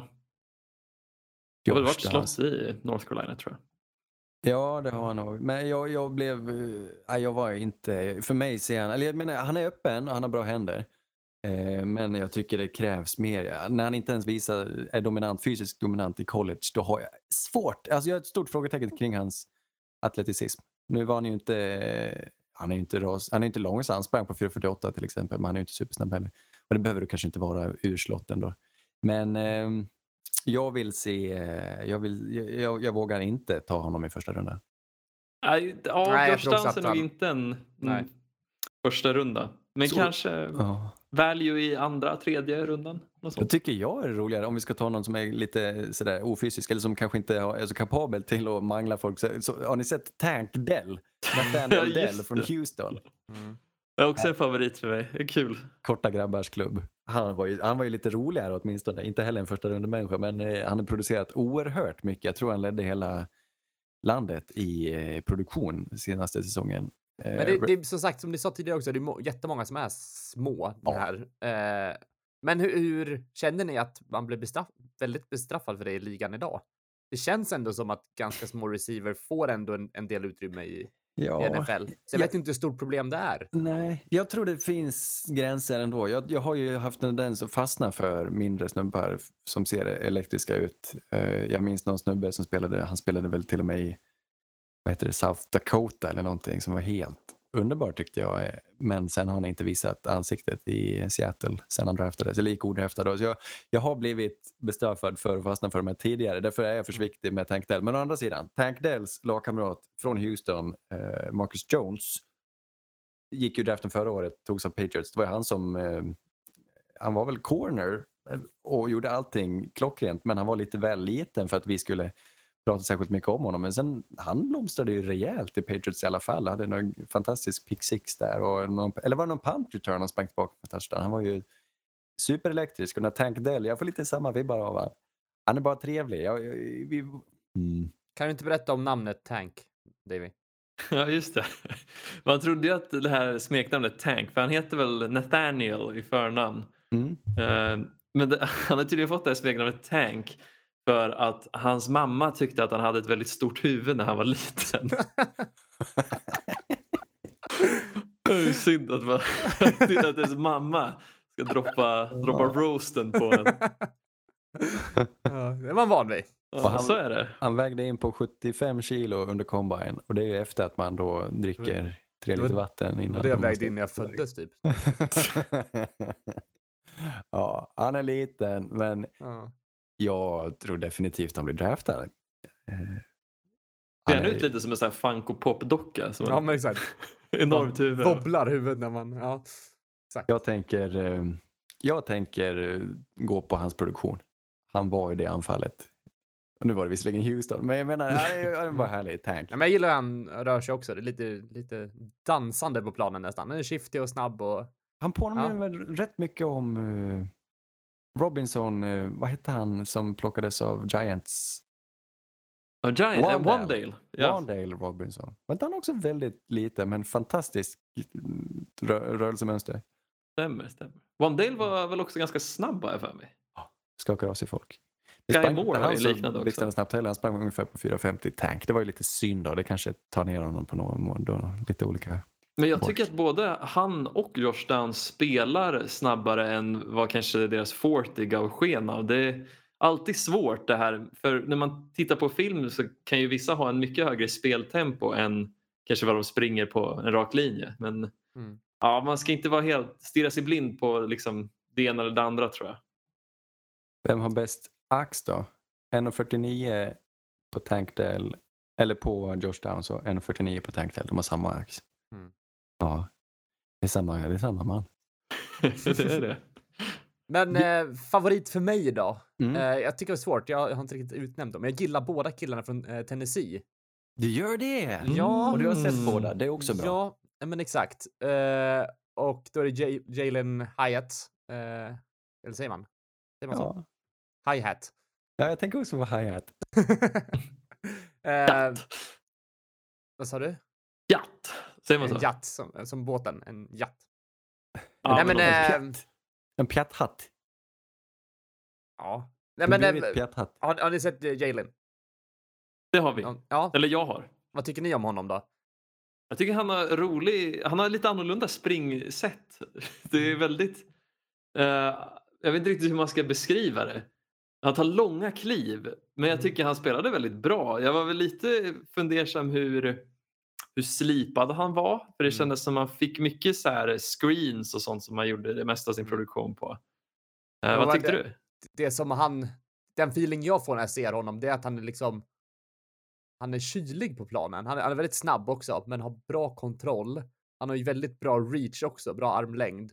Det har väl varit Josh Downs. slott i North Carolina, tror jag. Ja, det har han nog. Men jag, jag blev... eh, nej, jag var inte... För mig ser han... Eller jag menar, han är öppen och han har bra händer. Eh, men jag tycker det krävs mer. Ja, när han inte ens visar, är dominant, fysiskt dominant i college, då har jag svårt... Alltså jag har ett stort frågetecken kring hans atleticism. Nu var han ju inte... eh, Han är ju inte, ras, han är inte lång, så han sprang på fyra fyrtioåtta till exempel, men han är ju inte supersnabb heller. Och det behöver du kanske inte vara ur slotten då. Men... Eh, jag vill se... eh, Jag, vill, jag, jag vågar inte ta honom i första rundan. Nej, ja, Nej, jag Josh tror också Downs är att nog han- inte en Nej. mm, första runda. Men Så- kanske Ja. value i andra, tredje rundan. Något Då sånt. tycker jag är det roligare om vi ska ta någon som är lite sådär ofysisk eller som kanske inte är så kapabel till att mangla folk. Så, så, har ni sett Tank Dell? Ja, Nathaniel just Dell från det. Houston. mm. Det är också en favorit för mig. Det är kul. Korta grabbars klubb. Han var ju, han var ju lite roligare åtminstone. Inte heller en första rundemänniska, men eh, han har producerat oerhört mycket. Jag tror han ledde hela landet i eh, produktion senaste säsongen. Eh, Men det, det är som sagt, som ni sa tidigare också, det är må- jättemånga som är små Ja. här. Eh, men hur, hur känner ni att man blir bestraff, väldigt bestraffad för det i ligan idag? Det känns ändå som att ganska små receiver får ändå en, en del utrymme i, ja. i N F L. Så jag Ja. vet inte hur stort problem det är. Nej, jag tror det finns gränser ändå. Jag, jag har ju haft en tendens att fastna för mindre snubbar som ser elektriska ut. Eh, jag minns någon snubbe som spelade, han spelade väl till och med i vad heter det, South Dakota eller någonting som var helt underbart tyckte jag. Eh, Men sen har han inte visat ansiktet i Seattle sen han draftades, eller gick odraftad då. Så jag, jag har blivit bestraffad för att fastna för de här tidigare. Därför är jag för försiktig med Tank Dell. Men å andra sidan, Tank Dells lagkamrat från Houston, eh, Marcus Jones, gick ju draften förra året, togs av Patriots. Det var han som, eh, han var väl corner och gjorde allting klockrent, men han var lite väl liten för att vi skulle prata särskilt mycket om honom. Men sen, han blomstrade ju rejält i Patriots i alla fall. Han hade en fantastisk pick six där, och någon, eller var det någon punt return han sprang tillbaka på touchdown. Han var ju superelektrisk, och när Tank Dell, jag får lite samma vibbar av han. Han är bara trevlig. Jag, jag, vi, mm. Kan du inte berätta om namnet Tank? Davy. Ja, just det. Man trodde ju att det här smeknamnet Tank, för han heter väl Nathaniel i förnamn. Mm. Uh, men det, han har tydligen fått det här smeknamnet Tank för att hans mamma tyckte att han hade ett väldigt stort huvud när han var liten. Det är synd att, man, att ens mamma ska droppa, droppa roasten på en. Ja, det var van vid. Ja, han, så är det. Han vägde in på sjuttiofem kilo under combine och det är efter att man då dricker tre liter vatten innan. Och det jag vägde in när jag föddes typ. Ja, han är liten, men Ja. jag tror definitivt han blir draftad. Det är ut lite som en sån här Funko Pop-docka. Ja, men exakt. Enormt huvud. Wobblar huvudet när man... Ja, exakt. Jag tänker, jag tänker gå på hans produktion. Han var i det anfallet. Och nu var det visserligen Houston, men jag menar, han var härlig. Tank. Ja, men jag gillar hur han rör sig också. Det är lite, lite dansande på planen nästan. Han är shiftig och snabb och... Han påminner Ja. väl rätt mycket om uh, Robinson, uh, vad hette han som plockades av Giants? Ja, Giant, Wandale. Wandale. Wandale. Ja. Wandale Robinson. Var inte han också väldigt lite, men fantastiskt rö- rörelsemönster? Stämmer, stämmer. Wandale var väl också ganska snabb här för mig. Skakar av sig folk. Guy sprang Moore inte var han ju så liknande också. blixtrande snabbt heller. Han sprang ungefär på fyra femtio Tank. Det var ju lite synd då. Det kanske tar ner honom på någon mån. Då. Lite olika. Men jag bort. tycker att både han och Josh Downs spelar snabbare än vad kanske deras forty gav sken av. Det är alltid svårt det här. För när man tittar på film så kan ju vissa ha en mycket högre speltempo än kanske vad de springer på en rak linje. Men Mm. ja, man ska inte vara helt stirra sig blind på liksom det ena eller det andra, tror jag. Vem har bäst ax då? en fyrtionio på Tankdale eller på Josh Downs och en fyrtionio på Tankdale. De har samma ax. Mm. Ja, det är samma, det är samma man. Det är det. Men eh, favorit för mig då? Mm. Eh, jag tycker det är svårt. Jag, jag har inte riktigt utnämnt dem. Men jag gillar båda killarna från eh, Tennessee. Du gör det? Ja. Och du har sett Mm. båda. Det är också bra. Ja, men exakt. Eh, och då är det J- Jalen Hyatt. Eh, eller säger man? Säger man så? Ja. Hi-hat. Ja, jag tänker också på hi-hat. eh, Jatt. vad sa du? Jatt. Säger man så? En jatt, som, som båten. En jatt. Ja, Nej, men... de- eh, pjatt. En pjatthatt. ja. Nej, Du men... blir ett Eh, pjatthatt. har, har ni sett eh, Jalen? det har vi. Ja. Eller jag har. Vad tycker ni om honom då? Jag tycker han har rolig, han har lite annorlunda springsätt. Det är väldigt, eh, jag vet inte riktigt hur man ska beskriva det. Han tar långa kliv, men jag tycker han spelade väldigt bra. Jag var väl lite fundersam hur, hur slipad han var. För det Mm. kändes som att han fick mycket så här screens och sånt som han gjorde det mesta av sin Mm. produktion på. Eh, Ja, vad men tyckte det- du? Det som han... Den feeling jag får när jag ser honom, det är att han är liksom... Han är kylig på planen. Han är, han är väldigt snabb också, men har bra kontroll. Han har ju väldigt bra reach också, bra armlängd.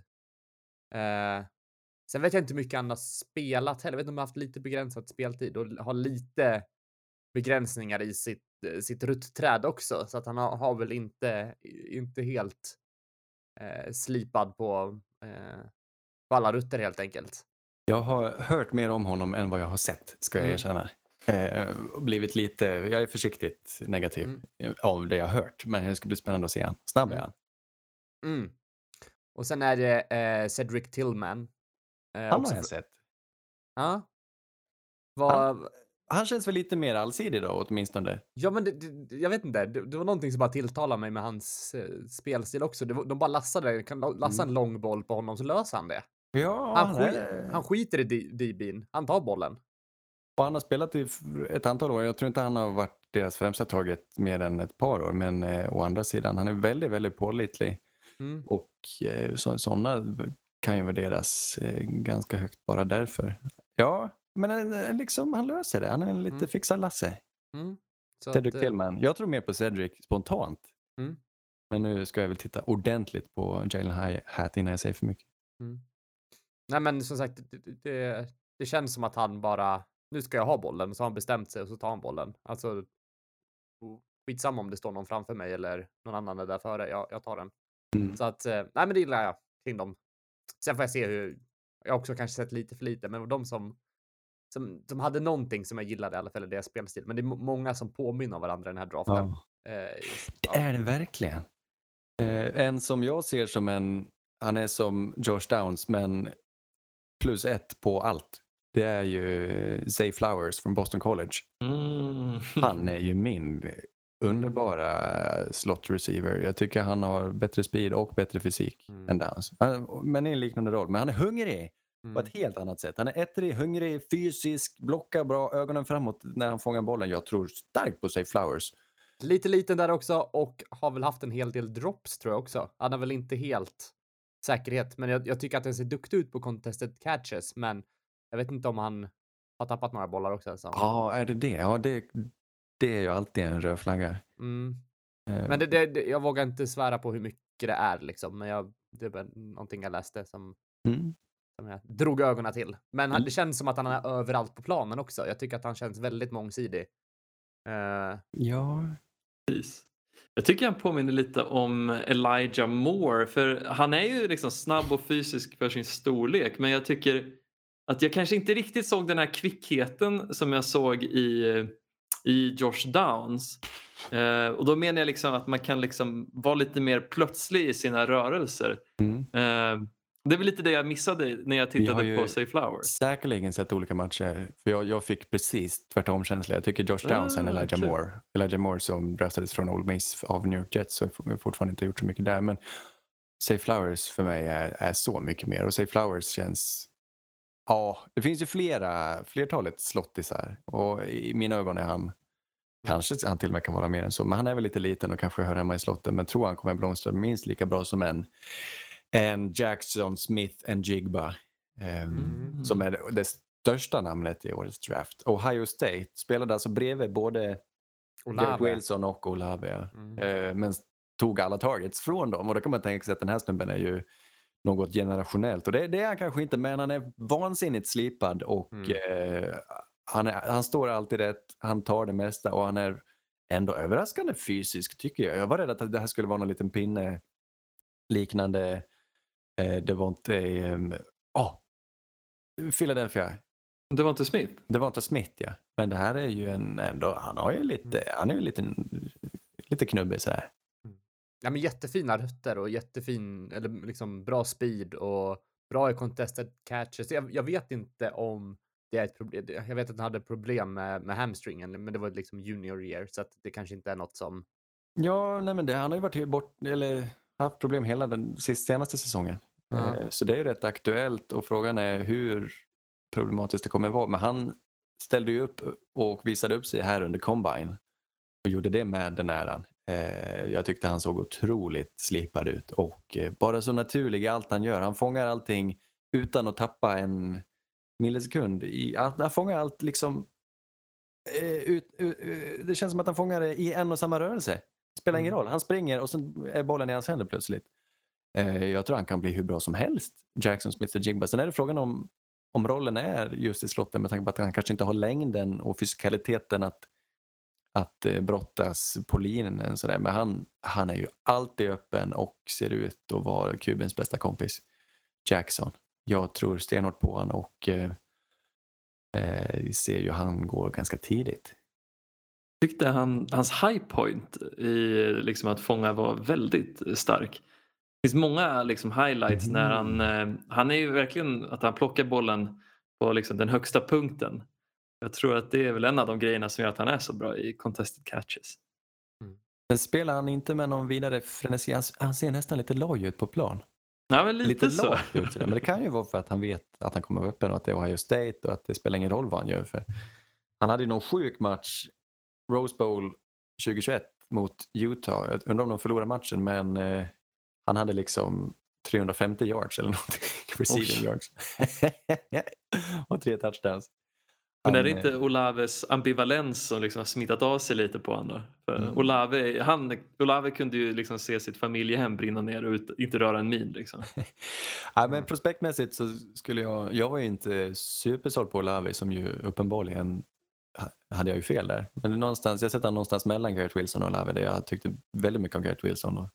Eh, sen vet jag inte hur mycket han har spelat heller. Jag vet inte om han har haft lite begränsat speltid och har lite begränsningar i sitt, eh, sitt ruttträd också. Så att han har, har väl inte, inte helt eh, slipad på, eh, på alla rutter helt enkelt. Jag har hört mer om honom än vad jag har sett, ska jag Mm. erkänna. Eh, och blivit lite, jag är försiktigt negativ Mm. av det jag har hört. Men det ska bli spännande att se han. Snabb är Mm. han. Mm. Och sen är det eh, Cedric Tillman. Eh, Han också har jag fr- sett. Ja. Vad... Han känns väl lite mer allsidig då åtminstone. Ja, men det, det, jag vet inte. Det, det var någonting som bara tilltalade mig med hans eh, spelstil också. Det, var- de bara lassade, kan la- lassa en lång boll på honom så löser han det. Ja, Han, han, skit, är, han skiter i D- D B:n. Han tar bollen. och han har spelat i f- ett antal år. Jag tror inte han har varit deras främsta taget mer än ett par år. Men eh, å andra sidan, han är väldigt, väldigt pålitlig. Mm. Och eh, så, sådana kan ju värderas eh, ganska högt bara därför. Ja, men eh, liksom han löser det. Han är en lite Mm. fixad Lasse. Mm. Så Cedric att, eh, Tillman. Jag tror mer på Cedric spontant. Mm. Men nu ska jag väl titta ordentligt på Jalen Hyatt innan jag säger för mycket. Mm. Nej, men som sagt, det, det- det, det känns som att han bara, nu ska jag ha bollen, så har han bestämt sig och så tar han bollen. Alltså, skitsamma om det står någon framför mig eller någon annan är där före, jag, jag tar den. Mm. Så att, eh, nej men det gillar jag kring dem. Sen får jag se hur, jag har också kanske sett lite för lite, men de som, som, som hade någonting som jag gillade i alla fall i deras spelstil. Men det är må- många som påminner om varandra i den här draften. Ja. Eh, det är det verkligen. Eh, en som jag ser som en, han är som Josh Downs men plus ett på allt. Det är ju Zay Flowers från Boston College. Mm. Han är ju min underbara slot receiver. Jag tycker han har bättre speed och bättre fysik Mm. än Downs. Men i en liknande roll. Men han är hungrig Mm. på ett helt annat sätt. Han är ettrig, hungrig, fysisk, blockar bra, ögonen framåt när han fångar bollen. Jag tror starkt på Zay Flowers. Lite liten där också och har väl haft en hel del drops tror jag också. Han har väl inte helt säkerhet, men jag, jag tycker att den ser duktig ut på contested catches, men jag vet inte om han har tappat några bollar också. Så. Ja, är det det? Ja, det, det är ju alltid en röd flagga. Mm. Eh, Men det, det, det, jag vågar inte svära på hur mycket det är liksom, men jag, det är bara någonting jag läste som, mm. som jag drog ögonen till. Men han, Mm. det känns som att han är överallt på planen också. Jag tycker att han känns väldigt mångsidig. Uh, Ja. Precis. Jag tycker han påminner lite om Elijah Moore, för han är ju liksom snabb och fysisk för sin storlek, men jag tycker att jag kanske inte riktigt såg den här kvickheten som jag såg i, i Josh Downs. Eh, och då menar jag liksom att man kan liksom vara lite mer plötslig i sina rörelser. Mm. Eh, det är väl lite det jag missade när jag tittade på Zay Flowers. Säkerligen sett olika matcher. För jag, jag fick precis tvärtom känsla. Jag tycker Josh Downs Ah, än Elijah okay. Moore. Elijah Moore som draftades från Ole Miss av New York Jets, så har fortfarande inte gjort så mycket där. Men Zay Flowers för mig är, är så mycket mer. Och Zay Flowers känns... Ja, det finns ju flera, flertalet slottisar. Och i mina ögon är han... Kanske han till och med kan vara mer än så. Men han är väl lite liten och kanske hör hemma i slotten. Men tror han kommer blomstra minst lika bra som en, en Jackson Smith and Jigba. Um, Mm. Som är det, det största namnet i årets draft. Ohio State spelade alltså bredvid både Garrett Wilson och Olave. Mm. Uh, men tog alla targets från dem. Och då kan man tänka sig att den här snubben är ju något generationellt. Och det, det är han kanske inte, men han är vansinnigt slipad. Och Mm. uh, han, är, han står alltid rätt. Han tar det mesta och han är ändå överraskande fysisk tycker jag. Jag var rädd att det här skulle vara någon liten pinne liknande. Uh, det var inte... Um, oh, Philadelphia. Det var inte Smith? Det var inte Smith, ja. Men det här är ju en ändå, han har ju lite, han är ju lite, lite knubbig så här. Ja, men jättefina rötter och jättefin, eller liksom bra speed och bra i contested catches. Jag, jag vet inte om det är ett problem. Jag vet att han hade problem med, med hamstringen, men det var liksom junior year, så att det kanske inte är något som... Ja, nej men det, han har ju varit bort, eller haft problem hela den senaste säsongen. Ja. Så det är ju rätt aktuellt och frågan är hur problematiskt det kommer vara. Men han ställde ju upp och visade upp sig här under Combine och gjorde det med den äran. Jag tyckte han såg otroligt slipad ut och bara så naturlig i allt han gör. Han fångar allting utan att tappa en millisekund. Han fångar allt liksom ut, ut, det känns som att han fångar det i en och samma rörelse. Det spelar ingen roll. Han springer och sen är bollen i hans händer plötsligt. Jag tror han kan bli hur bra som helst, Jackson Smith och Jigba. Sen är det frågan om, om rollen är just i slotten med tanke på att han kanske inte har längden och fysikaliteten att, att brottas på linjen. Sådär. Men han, han är ju alltid öppen och ser ut att vara Kubens bästa kompis, Jackson. Jag tror stenhårt på honom och eh, vi ser ju han går ganska tidigt. Jag tyckte han, hans high point i liksom att fånga var väldigt stark. Det finns många liksom highlights Mm. när han, eh, han är ju verkligen att han plockar bollen på liksom den högsta punkten. Jag tror att det är väl en av de grejerna som gör att han är så bra i contested catches. Men spelar han inte med någon vidare frenesi? Han, han ser nästan lite loj ut på plan. Ja, men lite, lite så. ut, men det kan ju vara för att han vet att han kommer vara öppen och att det är Ohio State och att det spelar ingen roll vad han gör. För han hade ju någon sjuk match, Rose Bowl tjugohundratjugoett mot Utah. Jag undrar om de förlorade matchen, men eh, han hade liksom trehundrafemtio yards eller någonting. Receiving yards. Och tre touchdowns. Men är det Han, inte Olaves ambivalens som liksom har smittat av sig lite på honom? För Mm. Olave, han, Olave kunde ju liksom se sitt familjehem brinna ner och ut, inte röra en min. Liksom. Ja, men prospektmässigt så skulle jag, jag var ju inte supersåld på Olave som ju uppenbarligen hade jag ju fel där. Men någonstans, jag sätter någonstans mellan Garrett Wilson och Olave där jag tyckte väldigt mycket om Garrett Wilson och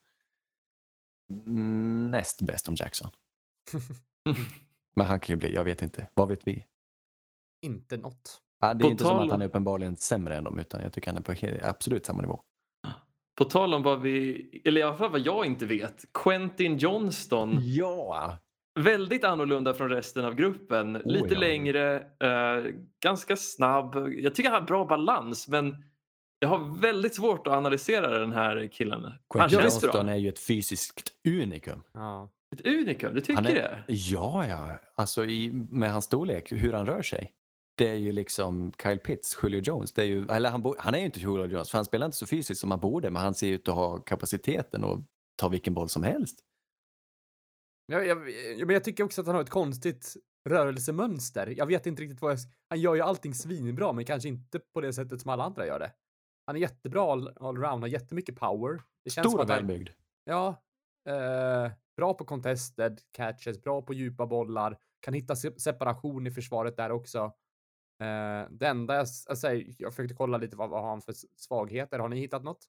näst bäst om Jackson. Men han kan ju bli, jag vet inte. Vad vet vi? Inte något. Ja, det är På inte tal- som att han är uppenbarligen sämre än dem, utan jag tycker han är på he- absolut samma nivå. på tal om vad vi, eller i alla fall vad jag inte vet. Quentin Johnston. Ja! Väldigt annorlunda från resten av gruppen. Oh, Lite ja. längre, eh, ganska snabb. Jag tycker han har bra balans, men jag har väldigt svårt att analysera den här killen. Han Quentin känns Johnston bra. är ju ett fysiskt unikum. Ja. Ett unikum, du tycker Han är, det? Ja, ja. Alltså i, med hans storlek, hur han rör sig. Det är ju liksom Kyle Pitts, Julio Jones. Det är ju, eller han, bo, han är ju inte Julio Jones, för han spelar inte så fysiskt som han borde, men han ser ut att ha kapaciteten och ta vilken boll som helst. Jag, jag, men jag tycker också att han har ett konstigt rörelsemönster. Jag vet inte riktigt vad jag... Han gör ju allting svinbra, men kanske inte på det sättet som alla andra gör det. Han är jättebra all, allround, har jättemycket power. Det känns Stor som och att han, välbyggd. ja, eh, bra på contested catches, bra på djupa bollar, kan hitta se- separation i försvaret där också. Eh, det enda jag, jag säger, jag försökte kolla lite vad, vad har han för svagheter. Har ni hittat något?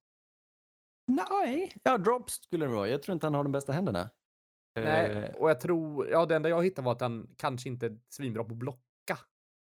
Nej, ja, drops skulle det vara. Jag tror inte han har de bästa händerna. Nej, Eh, och jag tror, ja, det enda jag hittade var att han kanske inte är svinbra på att blocka.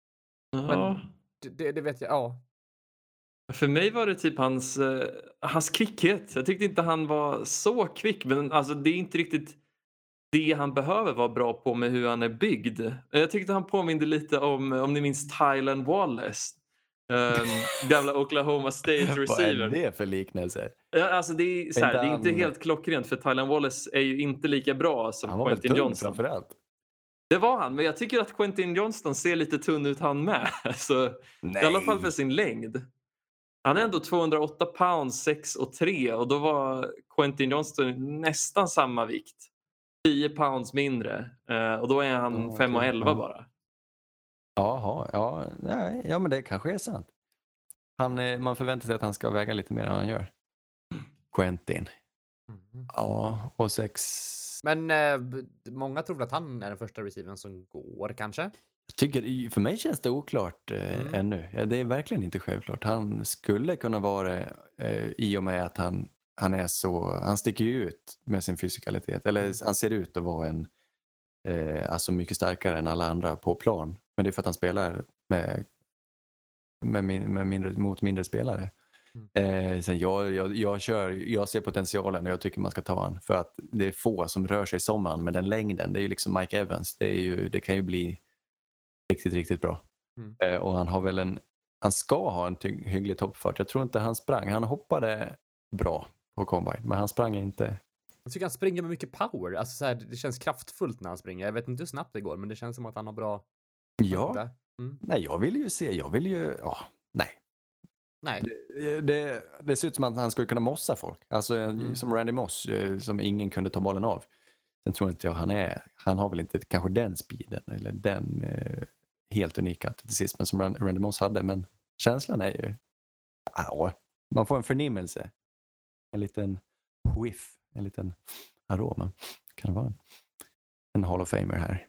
Ja. Det, det, det vet jag, ja. För mig var det typ hans, eh, hans kvickhet. Jag tyckte inte han var så kvick, men alltså det är inte riktigt det han behöver vara bra på med hur han är byggd. Jag tyckte han påminde lite om, om ni minns Tylan Wallace. Um, gamla Oklahoma State receiver. Vad är det för liknelse? Ja, alltså det är, så här, det är inte han... helt klockrent, för Tylan Wallace är ju inte lika bra som Han var väl Quentin tunn Johnston. framförallt. Det var han, men jag tycker att Quentin Johnston ser lite tunn ut han med. Så, i alla fall för sin längd. Han är ändå tvåhundraåtta pounds, sex och tre, och då var Quentin Johnston nästan samma vikt. tio pounds mindre, och då är han oh, fem och elva ja. bara. Jaha, ja, nej, ja, men det kanske är sant. Han, man förväntar sig att han ska väga lite mer än han gör. Quentin. Mm. Ja, och sex... Men eh, många tror att han är den första receivern som går, kanske? Jag tycker, för mig känns det oklart eh, Mm. ännu. Ja, det är verkligen inte självklart. Han skulle kunna vara eh, i och med att han, han är så... Han sticker ju ut med sin fysikalitet. Eller han ser ut att vara en... Eh, alltså mycket starkare än alla andra på plan. Men det är för att han spelar med, med, min, med mindre, mot mindre spelare. Mm. Eh, sen jag, jag, jag, kör, jag ser potentialen och jag tycker man ska ta han. För att det är få som rör sig som han med den längden. Det är ju liksom Mike Evans. Det, är ju, det kan ju bli riktigt, riktigt bra. Mm. Eh, och han har väl en... Han ska ha en ty- hygglig toppfart. Jag tror inte han sprang. Han hoppade bra på combine. Men han sprang inte... Jag tycker han springer med mycket power. Alltså så här, det känns kraftfullt när han springer. Jag vet inte hur snabbt det går, men det känns som att han har bra... Ja. Mm. Nej, jag vill ju se. Jag vill ju... Ja, nej. Nej. Det, det, det ser ut som att han skulle kunna mossa folk. Alltså Mm. som Randy Moss, eh, som ingen kunde ta bollen av. Sen tror inte jag han är... Han har väl inte kanske den speeden eller den eh, helt unika atleticismen som Rand- Randy Moss hade. Men känslan är ju... Ja, man får en förnimmelse. En liten whiff. En liten aroma. Kan det vara en, en Hall of Famer här?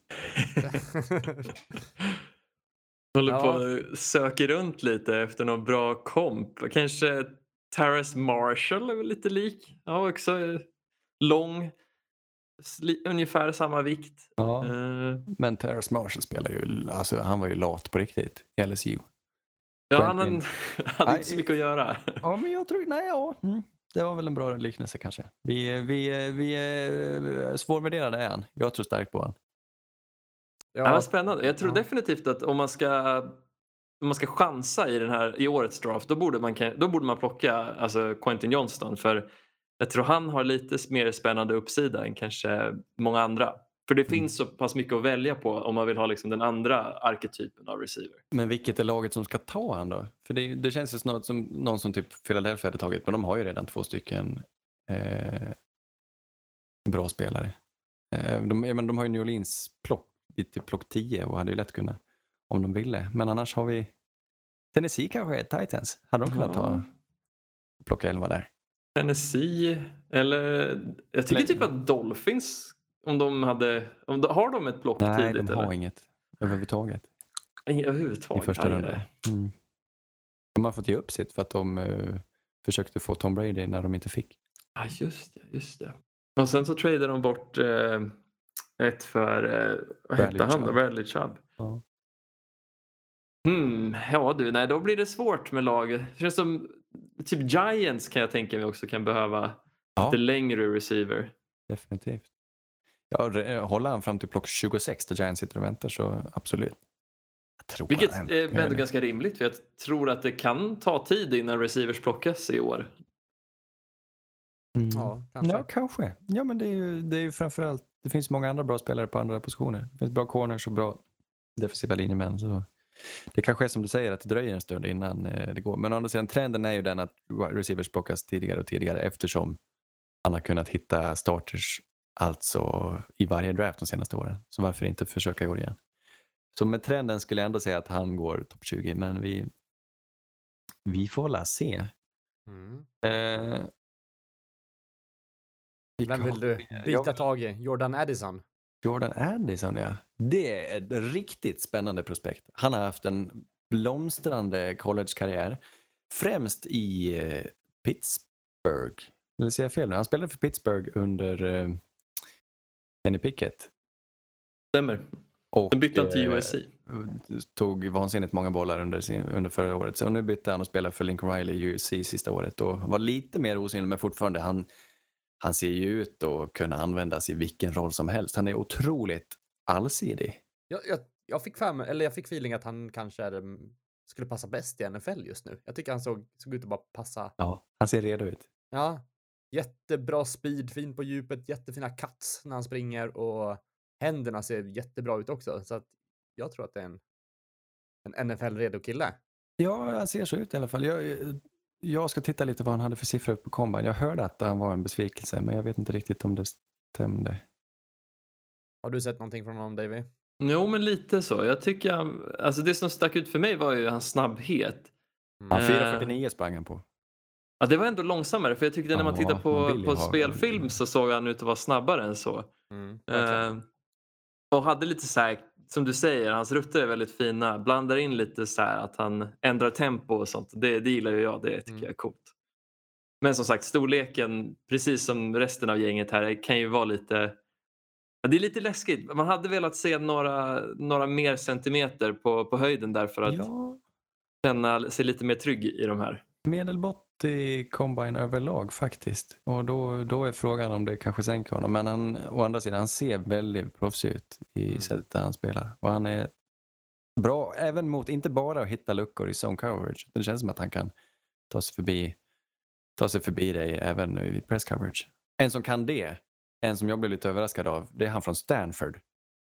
Håller Ja. på och söker runt lite efter någon bra komp. Kanske Terrace Marshall är väl lite lik. Ja, också eh, lång. Sli- ungefär samma vikt. Ja. Eh, Men Terrace Marshall spelar ju... Alltså han var ju lat på riktigt i L S U. ja, han Quentin. hade Nej. inte så mycket att göra. Ja, men jag tror... Nej, ja. Mm. Det var väl en bra liknelse kanske. Vi, vi, vi är svårvärderade är han. Jag tror starkt på han. Ja, vad Ja, spännande. Jag tror Ja. definitivt att om man ska om man ska chansa i den här i årets draft, då borde man då borde man plocka alltså Quentin Johnston, för jag tror han har lite mer spännande uppsida än kanske många andra. För det Mm. finns så pass mycket att välja på om man vill ha liksom den andra arketypen av receiver. Men vilket är laget som ska ta han då? För det, det känns ju snart som någon som typ Philadelphia hade tagit. Men de har ju redan två stycken eh, bra spelare. Eh, de, men de har ju New Orleans plock, i typ plock tio och hade ju lätt kunnat om de ville. Men annars har vi Tennessee kanske, Titans. Hade de kunnat ta Ja. plocka elva där? Tennessee eller jag tycker Men- typ att Dolphins, om de hade om de, har de ett block Nej, tidigt de har eller? inget överhuvudtaget Inget i överhuvudtaget. första Aj, rundan. aj. Mm. De har fått ge upp sitt för att de eh, försökte få Tom Brady när de inte fick. Ja, just det, just det. Och sen så tradade de bort eh, ett för, eh, vad Bradley hette han då? Chubb. Bradley Chubb. Ja. Hmm, ja du, nej då blir det svårt med lag. Det känns som typ Giants kan jag tänka mig också kan behöva Ja. lite längre receiver. Definitivt. Ja, re- håller han fram till plock tjugosex där Giants sitter och väntar så absolut. Jag tror Vilket han är gör ändå det. ganska rimligt för jag tror att det kan ta tid innan receivers plockas i år. Mm. Ja, kanske. Ja, kanske. Ja, men det är ju, det är ju framförallt, det finns många andra bra spelare på andra positioner. Det finns bra corners och bra defensiva linjemän. Så det kanske är som du säger att det dröjer en stund innan eh, det går. Men å andra sidan, trenden är ju den att receivers plockas tidigare och tidigare eftersom han har kunnat hitta starters alltså i varje draft de senaste åren. Så varför inte försöka i år igen? Så med trenden skulle jag ändå säga att han går topp tjugo, men vi, vi får la se. Mm. Eh, vi Vem vill kan- du byta jag- tag i? Jordan Addison? Jordan Addison, ja. Det är ett riktigt spännande prospekt. Han har haft en blomstrande collegekarriär. Främst i eh, Pittsburgh. Eller säger jag fel nu? Han spelade för Pittsburgh under eh, Kenny Pickett. Stämmer. Och Sen bytte han till eh, U S C. tog vansinnigt många bollar under, sin, under förra året. Så nu bytte han och spelade för Lincoln Riley i U S C sista året. Och var lite mer osynlig, men fortfarande han, han ser ju ut att kunna användas i vilken roll som helst. Han är otroligt allsidig. Jag, jag, jag fick fram, eller jag fick feeling att han kanske är, um, skulle passa bäst i N F L just nu. Jag tycker han såg, såg ut att bara passa. Ja, han ser redo ut. Ja, jättebra speed, fin på djupet, jättefina cuts när han springer och händerna ser jättebra ut också. Så att jag tror att det är en, en N F L-redo kille. Ja, han ser så ut i alla fall. Jag, jag ska titta lite vad han hade för siffror på Combine. Jag hörde att han var en besvikelse, men jag vet inte riktigt om det stämde. Har du sett någonting från honom, Davy? Jo, men lite så. Jag tycker han, alltså det som stack ut för mig var ju hans snabbhet. Han Eh. fyra fyrtionio sprang han på. Ja, det var ändå långsammare för jag tyckte när man Ja, tittar man på, vill ju på ha- spelfilm så såg han ut att vara snabbare än så. Mm, verkligen. Eh, och hade lite så här, som du säger, hans rutter är väldigt fina. Blandar in lite så här att han ändrar tempo och sånt. Det, det gillar ju jag, det tycker Mm. jag är coolt. Men som sagt, storleken, precis som resten av gänget här, kan ju vara lite... Ja, det är lite läskigt. Man hade velat se några, några mer centimeter på, på höjden där för att Ja, känna sig lite mer trygg i de här. medelbott i Combine överlag faktiskt. Och då, då är frågan om det kanske sänker honom. Men han, å andra sidan, han ser väldigt proffsig ut i Mm. sättet han spelar. Och han är bra, även mot, inte bara att hitta luckor i zone coverage. Det känns som att han kan ta sig förbi, ta sig förbi dig även i press coverage. En som kan det, en som jag blev lite överraskad av, det är han från Stanford.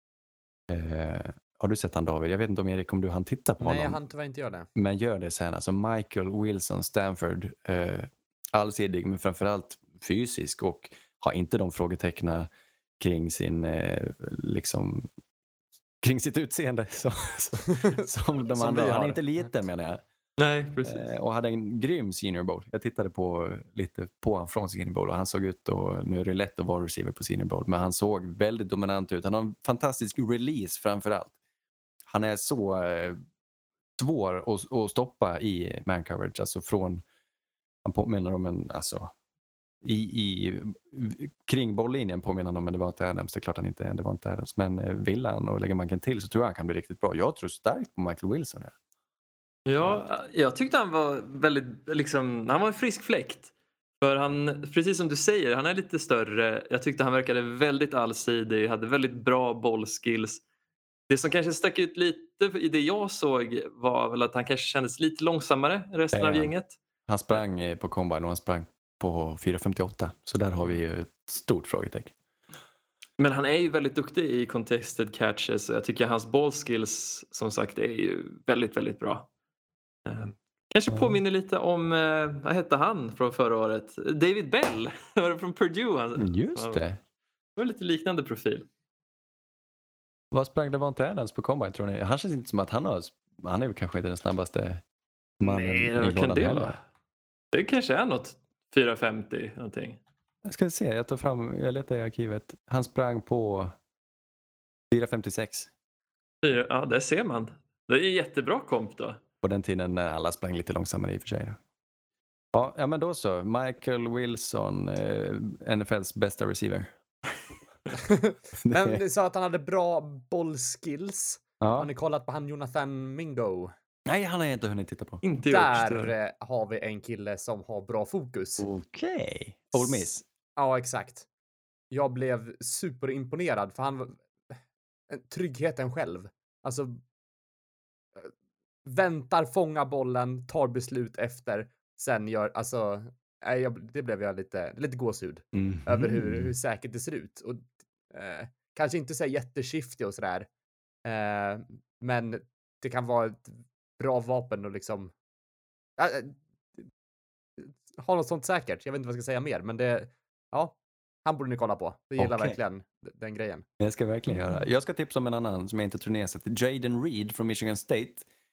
Eh, har du sett han, David? Jag vet inte om Erik, om du hann titta på Nej, honom. jag hann tyvärr inte göra det. Men gör det sen. Alltså Michael Wilson, Stanford, eh, allsidig men framförallt fysisk och har inte de frågetecknen kring sin eh, liksom kring sitt utseende som, som, som de Som andra. vi Han är har. inte liten, menar jag. Nej, precis. Eh, och hade en grym Senior Bowl. Jag tittade på lite på han från Senior Bowl och han såg ut, och nu är det lätt att vara receiver på Senior Bowl, men han såg väldigt dominant ut. Han har en fantastisk release framförallt. Han är så eh, svår att, att stoppa i man coverage, alltså från, han påminner om en, alltså i, i kring bolllinjen påminner han om, men det var inte Adams, det är klart han inte är, det var inte Adams, men eh, vill han och lägger manken till så tror jag han kan bli riktigt bra. Jag tror starkt på Michael Wilson här. Ja, jag tyckte han var väldigt, liksom, han var en frisk fläkt. För han, precis som du säger, han är lite större. Jag tyckte han verkade väldigt allsidig, hade väldigt bra bollskills. Det som kanske stack ut lite i det jag såg var väl att han kanske kändes lite långsammare än resten av Ja. gänget. Han sprang eh, på combine och han sprang på fyra femtioåtta, så där har vi ju ett stort frågetecken. Men han är ju väldigt duktig i contested catches. Jag tycker hans bollskills som sagt är ju väldigt, väldigt bra. Eh, Kanske påminner lite om, eh, vad hette han från förra året? David Bell, var det från Purdue? Han, Just det. det var lite liknande profil. Vad sprang det var inte Adams på combine, tror ni? Han känns inte som att han har, han är väl kanske inte den snabbaste mannen Nej, i vad kan lådan det heller. vara? Det kanske är något fyra femtio någonting. Jag ska se, jag tar fram, jag letar i arkivet. Han sprang på fyra femtiosex. Fyra, ja, där ser man. Det är jättebra komp då. På den tiden när alla sprang lite långsammare i och för sig. Då. Ja, ja, men då så. Michael Wilson, eh, N F L:s bästa receiver. Men du sa att han hade bra bollskills. Har Ja, ni kollat på han Jonathan Mingo? Nej, han har jag inte hunnit titta på. Inte gjort. Där tyvärr. eh, har vi en kille som har bra fokus. Okej. Okay. Ole Miss. Ja, exakt. Jag blev superimponerad för han var tryggheten själv. Alltså eh, väntar, fångar bollen, tar beslut efter, sen gör, alltså, nej, jag, det blev jag lite, lite gåshud Mm. över hur, hur säkert det ser ut. Och eh, kanske inte så här jätteskiftig och sådär, eh, men det kan vara ett bra vapen och liksom äh, ha något sånt säkert. Jag vet inte vad jag ska säga mer, men det, ja, han borde ni kolla på. Jag gillar Okej. verkligen d- den grejen. Jag ska verkligen göra. Jag ska tipsa om en annan som jag inte tror ni har sett. Jaden Reed från Michigan State.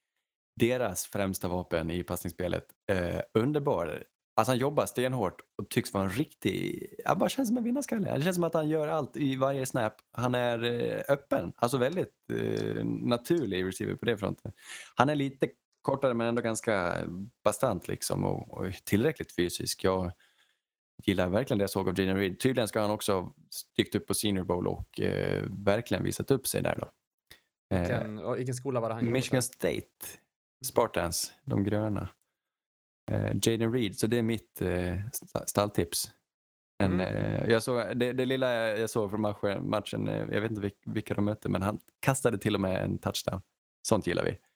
Deras främsta vapen i passningsspelet. Eh, underbar. Alltså han jobbar stenhårt och tycks vara en riktig... Han bara känns som en vinnarskalle. Det känns som att han gör allt i varje snap. Han är eh, öppen. Alltså väldigt eh, naturlig receiver på det fronten. Han är lite kortare men ändå ganska bastant liksom och, och tillräckligt fysisk. Jag gillar verkligen det jag såg av Jaden Reed. Tydligen ska han också stickt upp på Senior Bowl och eh, verkligen visat upp sig där då. Eh, Vilken, och vilken skola var det han jobbade Michigan på? State. Spartans, de gröna. Eh, Jaden Reed, så det är mitt eh, stalltips. Men, Mm. eh, jag såg, det, det lilla jag såg från matchen, matchen eh, jag vet inte vilka, vilka de mötte, men han kastade till och med en touchdown. Sånt gillar vi.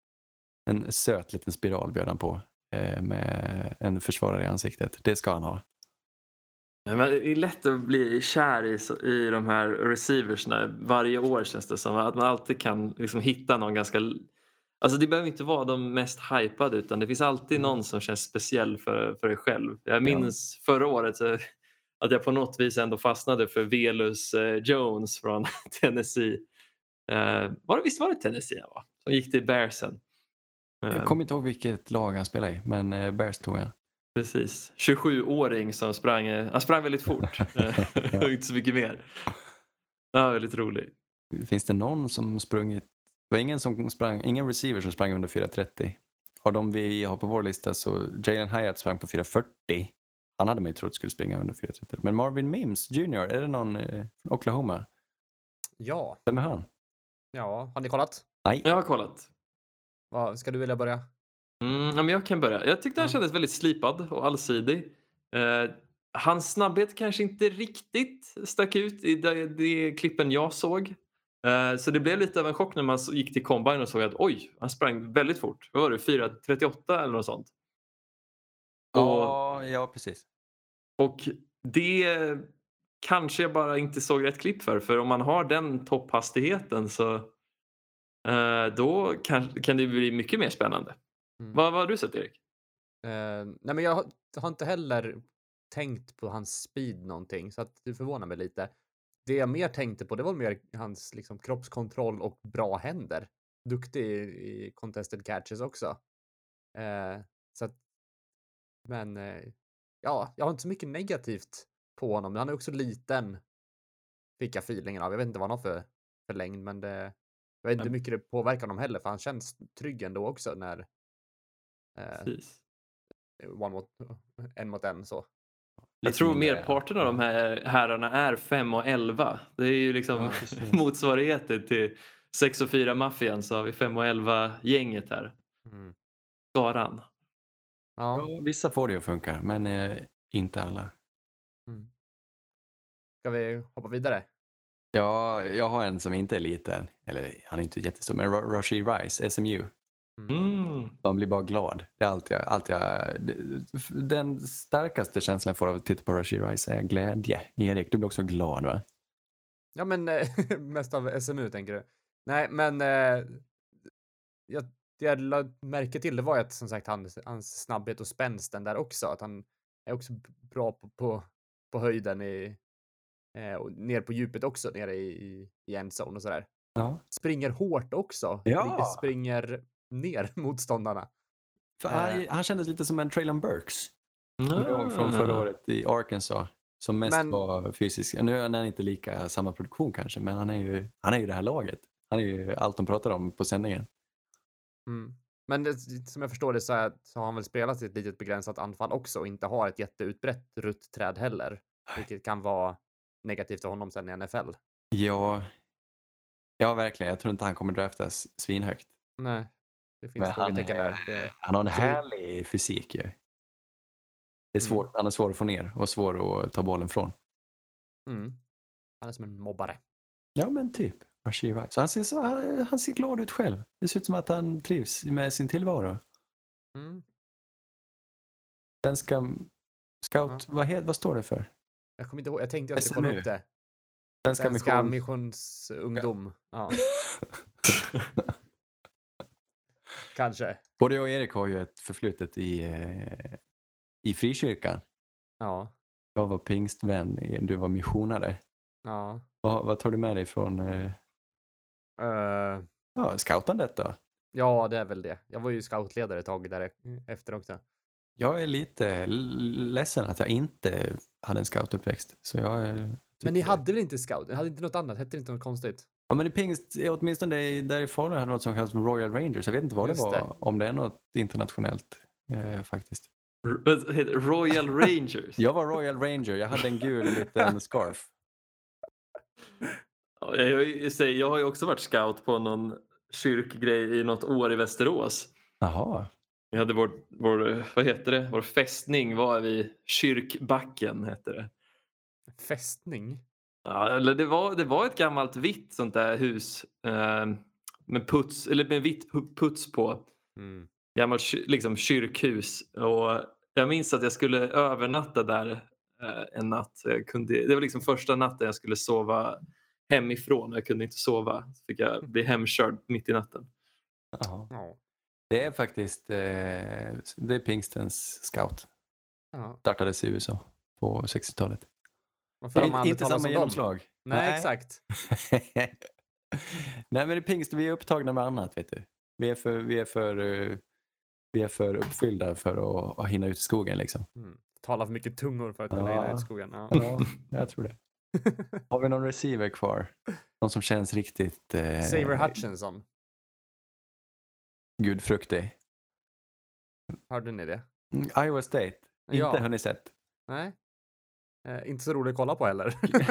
En söt liten spiral bjöd han på eh, med en försvarare i ansiktet. Det ska han ha. Ja, men det är lätt att bli kär i, så- i de här receiversna varje år, känns det som. Att man alltid kan liksom hitta någon ganska... Alltså det behöver inte vara de mest hypade, utan det finns alltid någon som känns speciell för, för dig själv. Jag minns förra året så, att jag på något vis ändå fastnade för Velus eh, Jones från Tennessee. Eh, var det, visst var det Tennessee han var? Som gick till Bearsen. Eh, Jag kommer inte ihåg vilket lag han spelade i, men eh, Bears tog jag. Precis. tjugosju-åring som sprang, eh, han sprang väldigt fort. Eh, och inte så mycket mer. Ja, väldigt rolig. Finns det någon som sprungit? Det var ingen som sprang, ingen receiver som sprang under fyra trettio. Av de vi har på vår lista så Jalen Hyatt sprang på fyra fyrtio. Han hade man ju trott skulle springa under fyra trettio. Men Marvin Mims junior, är det någon eh, från Oklahoma? Ja, Vem är han? ja, har ni kollat? Nej. Jag har kollat. Vad, ska du vilja börja? Mm, ja, men jag kan börja. Jag tyckte han Ja. kändes väldigt slipad och allsidig. Eh, hans snabbhet kanske inte riktigt stack ut i de, de klippen jag såg. Eh, så det blev lite av en chock när man så- gick till combine och såg att oj, han sprang väldigt fort. Vad var det? fyra trettioåtta eller något sånt? Och, Ja, ja, precis. och det kanske jag bara inte såg rätt klipp för. För om man har den topphastigheten så eh, då kan, kan det bli mycket mer spännande. Mm. Vad, vad har du sett, Erik? Eh, nej, men jag har, har inte heller tänkt på hans speed någonting, så att det förvånar mig lite. Det jag mer tänkte på, det var mer hans liksom, kroppskontroll och bra händer. Duktig i, i contested catches också. Eh, så att, men eh, ja, jag har inte så mycket negativt på honom. Han är också liten, fick jag feelingen av. Jag vet inte vad han har för, för längd, men det, jag vet inte hur mycket det påverkar honom heller, för han känns trygg ändå också när eh, Precis. one mot, en mot en så. Jag Lite tror mindre, merparten av de här herrarna är fem och elva. Det är ju liksom Ja, precis. motsvarigheten till sex och fyra maffian, så har vi fem och elva gänget här. Mm. Skaran. Ja. Ja, vissa får det att funka, men eh, inte alla. Mm. Ska vi hoppa vidare? Ja, jag har en som inte är liten. Eller han är inte jättestor, men Ra- Rashee Rice, S M U. Mm. Man blir bara glad. Det är allt jag, allt jag, det- den starkaste känslan jag får av att titta på Rashee Rice är glädje. Erik, du blir också glad, va? Ja, men eh, mest av S M U tänker du. Nej, men eh, jag, det jag lade märke till, det var ju att som sagt hans, hans snabbhet och spänsten där också. Att han är också b- bra på, på, på höjden i, eh, och ner på djupet också, nere i, i, i endzone och sådär. Ja. Springer hårt också. Ja. Vilket springer ner motståndarna. För han, han kändes lite som en Traylon Burks. Ah. Från förra året i Arkansas. Som mest Men- var fysisk. Nu är han inte lika samma produktion kanske, men han är ju, han är ju det här laget. Han är ju allt de pratar om på sändningen. Mm. Men det, som jag förstår det så, är, så har han väl spelat i ett litet begränsat anfall också och inte har ett jätteutbrett ruttträd heller. Vilket kan vara negativt för honom sen i N F L. Ja, ja verkligen. Jag tror inte han kommer draftas svinhögt. Nej. Det finns Men han, frågetecken är, där. Det, han har en så- härlig fysik ju. Det är svårt, Mm. Han är svår att få ner och svår att ta bollen från. mm. Han är som en mobbare. Ja, men typ. Rashid Rice. Så han, ser så, han, han ser glad ut själv. Det ser ut som att han trivs med sin tillvaro. Mm. Svenska scout, Ja. vad, het, vad står det för? Jag kommer inte ihåg. Jag tänkte att jag skulle kolla S M U. upp det. Svenska, Svenska mission. missionsungdom. Ja. Kanske. Både jag och Erik har ju ett förflutet i, eh, i frikyrkan. Ja. Jag var pingstvän, du var missionare. Ja. Vad, vad tar du med dig från eh, Uh, ja, scoutandet då? ja, det är väl det. Jag var ju scoutledare ett tag där efter också. Jag är lite l- ledsen att jag inte hade en scoutuppväxt. Så jag, eh, Men tyckte- ni hade väl inte scout? Ni hade inte något annat? Hette det inte något konstigt? Ja, men i pingst, åtminstone där, där i Falun hade något som kallas för Royal Rangers. Jag vet inte vad Just det var, det. om det är något internationellt eh, faktiskt. Vad heter det? Royal Rangers. Jag var Royal Ranger, jag hade en gul liten scarf. Ja, jag, jag, säger, jag har ju också varit scout på någon kyrkgrej i något år i Västerås. Jaha. Vi hade vår, vår, vad heter det? Vår fästning var vid Kyrkbacken hette det. Fästning? Ja, eller det var, det var ett gammalt vitt sånt där hus eh, med puts, eller med vitt pu- puts på. Mm. Gammalt ky- liksom kyrkhus. Och jag minns att jag skulle övernatta där eh, en natt. Jag kunde, det var liksom första natten jag skulle sova hemifrån. Jag kunde inte sova. Så fick jag bli hemkörd mitt i natten. Jaha. Ja. Det är faktiskt eh, det är pingstens scout. Ja. Startades i U S A på sextiotalet. Varför har man In, aldrig inte talat samma om dem? genomslag. Nej, exakt. Nej, men i pingst vi är upptagna med annat, vet du. Vi är för, vi är för, eh, vi är för uppfyllda för att, att hinna ut i skogen liksom. Mm. Talar för mycket tungor för att kunna Ja. hinna ut i skogen. Ja. Ja, jag tror det. Har vi någon receiver kvar? Någon som känns riktigt eh, Xavier Hutchinson. gudfruktig. Hörde ni det? Mm, Iowa State. Inte Ja. har ni sett. Nej. Eh, inte så roligt att kolla på heller.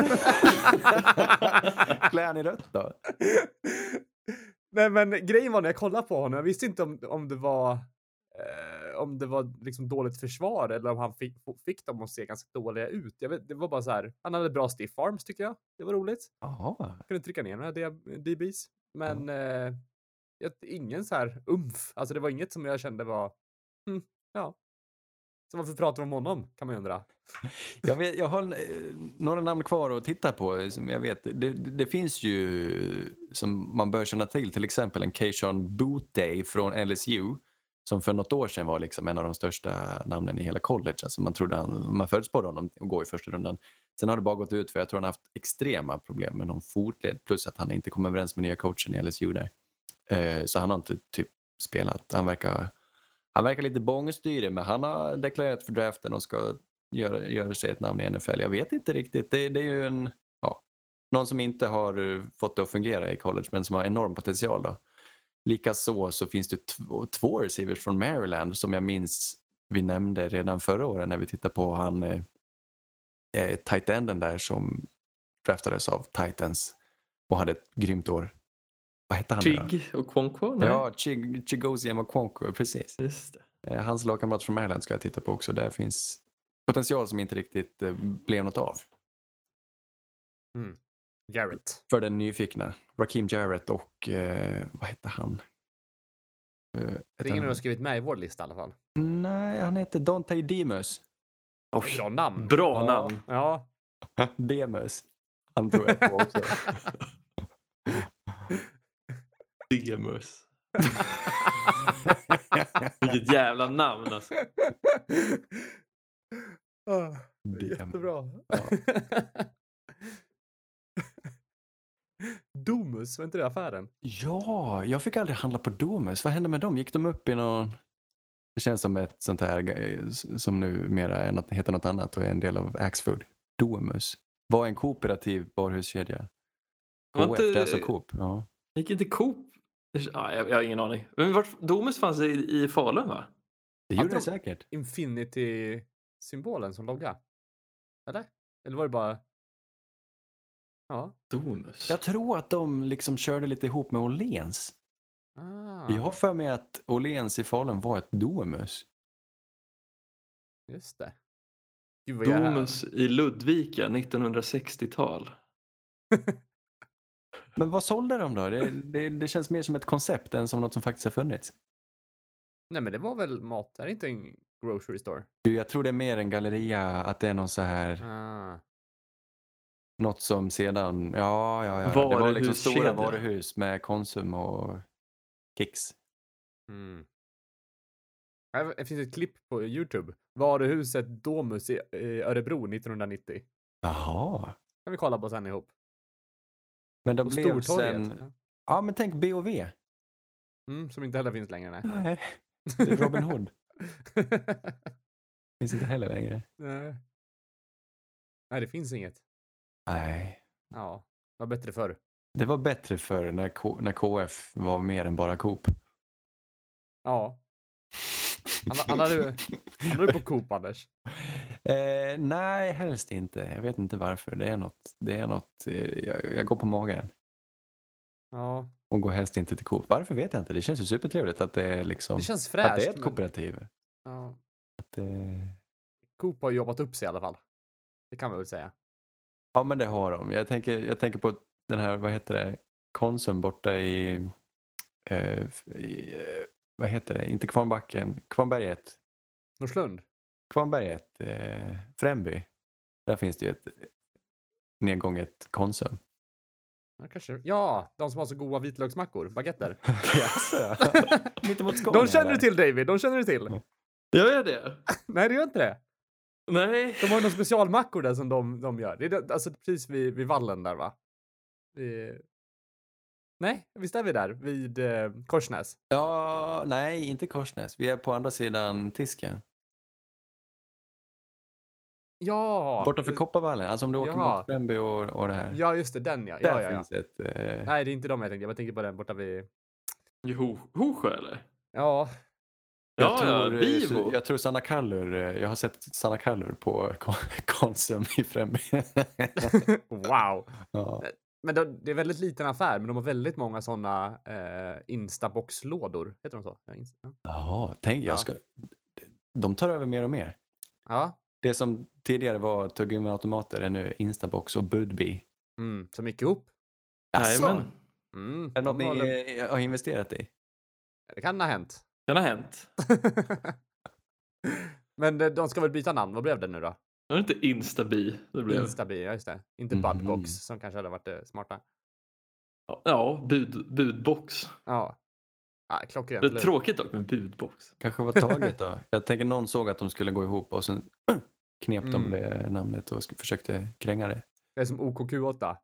Klär han i rött då? Nej, men grejen var när jag kollade på honom, jag visste inte om, om det var eh, om det var liksom dåligt försvar eller om han fick, fick dem att se ganska dåliga ut. Jag vet, det var bara så här, han hade bra stiff arms tycker jag. Det var roligt. Jaha. Jag kunde trycka ner några D Bs. Men eh, jag- ingen så här umf. Alltså det var inget som jag kände var, hm, ja. Så varför pratar vi om honom, kan man ju undra. Jag, vet, jag har eh, några namn kvar att titta på som jag vet. Det, det finns ju som man bör känna till, till exempel en Keishon Boutte från L S U som för något år sedan var liksom en av de största namnen i hela college. Alltså man trodde han, man förutspådde honom att gå i första rundan. Sen har det bara gått ut för jag tror han har haft extrema problem med någon fotled plus att han inte kom överens med nya coachen i L S U där. Eh, så han har inte typ spelat. Han verkar, han verkar lite bångstyrig men han har deklarerat för draften och ska göra, göra sig ett namn i N F L. Jag vet inte riktigt. Det, det är ju en, ja, någon som inte har fått det att fungera i college men som har enorm potential då. Likaså så finns det två, två receivers från Maryland som jag minns vi nämnde redan förra året när vi tittade på han eh, tight enden där som draftades av Titans och hade ett grymt år. Vad hette han då? Chig och Kwonkwo? Nej. Ja, Chig, Chigozie Okonkwo, precis. Just det. Eh, Hans lagkamrat från Maryland ska jag titta på också. Där finns potential som inte riktigt eh, blev något av. Mm. Garrett. För den nyfikna. Raheem Jarrett och eh, vad heter han? Eh, Det är heter ingen han? du har skrivit med i vår lista i alla fall. Nej, han heter Dante Demus. Oj, Bra namn. bra Ja. namn. Ja. Demus. Han tror jag på också. Demus. Vilket jävla namn alltså. Ah, Demus. jättebra. Ja. Domus, var inte det affären? Ja, jag fick aldrig handla på Domus. Vad hände med dem? Gick de upp i någon... Det känns som ett sånt här eh, som numera är något, heter något annat och är en del av Axfood. Domus. Var en kooperativ barhuskedja. Var K F, inte- det är alltså Coop. Ja. Gick inte Coop? Ja, jag, jag har ingen aning. Men vart, Domus fanns i, i Falun va? Det Att gjorde de- det säkert. Infinity-symbolen som logga. Eller? Eller var det bara... Ja. Domus. Jag tror att de liksom körde lite ihop med Åhléns. Ah, Jag har för mig att Åhléns i Falun var ett Domus. just det. Gud, vad jag- Domus i Ludvika nittonhundrasextiotal. Men vad sålde de då? Det, det, det känns mer som ett koncept än som något som faktiskt har funnits. Nej, men det var väl mat. Är det inte en grocery store? Du, jag tror det är mer en galleria, att det är någon så här, Ah. något som sedan, ja, ja, ja. Det var liksom stora Varuhuskedja. varuhus med Konsum och Kicks. Mm. Här det finns ett klipp på YouTube. Varuhuset Domus i, i Örebro nittonhundranittio. Jaha. Kan vi kolla på sen ihop. Men de På blev Stortorget. sen, ja men tänk B och V. Mm, som inte heller finns längre, nej. Nej, det är Robin Hood. Finns inte heller längre. nej. Nej, det finns inget. Nej. Ja, det var bättre förr. Det var bättre för när, K- när K F var mer än bara Coop. Ja. Han hade du på Coop, Anders? Eh, nej, helst inte. Jag vet inte varför. Det är något. Det är något eh, jag, jag går på magen. Ja. Och går helst inte till Coop. Varför vet jag inte. Det känns ju supertrevligt att det är liksom. Det känns att fräscht. det är ett men- kooperativ. Ja. Att, eh, Coop har jobbat upp sig i alla fall. Det kan man väl säga. ja men det har de. Jag tänker, jag tänker på den här, vad heter det? Konsum borta i, eh, i eh, vad heter det? Inte Kvarnbacken. Kvarnberget. Norslund? Kvarnberget. Eh, Främby. Där finns det ju ett nedgånget Konsum. Ja, kanske. Ja, de som har så goda vitlöksmackor. Baguetter. Jaså? Mittemot Skåne, De känner eller? du till, David. De känner du till. Gör jag det? Nej, det gör inte det. Nej. De har några specialmackor där som de, de gör. Det är det- alltså precis vid, vid vallen där, va? Det... Nej, visst är vi där? Vid eh, Korsnäs. Ja, nej, inte Korsnäs. Vi är på andra sidan Tisken. Ja! Bortanför Kopparvallen. Alltså om du åker Ja. mot Främby och, och det här. Ja, just det. Den, ja. Där Ja, ja, ja. finns ett... Eh, Nej, det är inte de jag tänkte. Jag tänkte på den borta vid... I Ho- Hosjö eller? Ja. jag, Ja, ja, tror, Vivo. jag tror Sanna Kallur, eh, jag har sett Sanna Kallur på Kon- Konsum i Främby. Wow. ja. Men de, det är väldigt liten affär, men de har väldigt många sådana eh, Instabox-lådor. Heter de så? Ja, Insta- ja. Jaha, tänk, Ja. jag ska... De tar över mer och mer. ja. Det som tidigare var tuggummiautomater är nu Instabox och Budbee. Mm, som gick ihop. Jaså? Jajamän. Mm, Är det något de håller- ni eh, har investerat i? Det kan ha hänt. Kan ha hänt. Men eh, de ska väl byta namn? Vad blev det nu då? Det var inte Instabi. Det blev. Instabi, ja just det. Inte Mhm. Budbox som kanske hade varit det smarta. Ja, bud, budbox. Ja. Ja, klockrent. Det är eller hur? tråkigt dock med budbox. Kanske var taget då. Jag tänker någon såg att de skulle gå ihop och sen knep de Mm. det namnet och sk- försökte kränga det. Det är som O K Q åtta.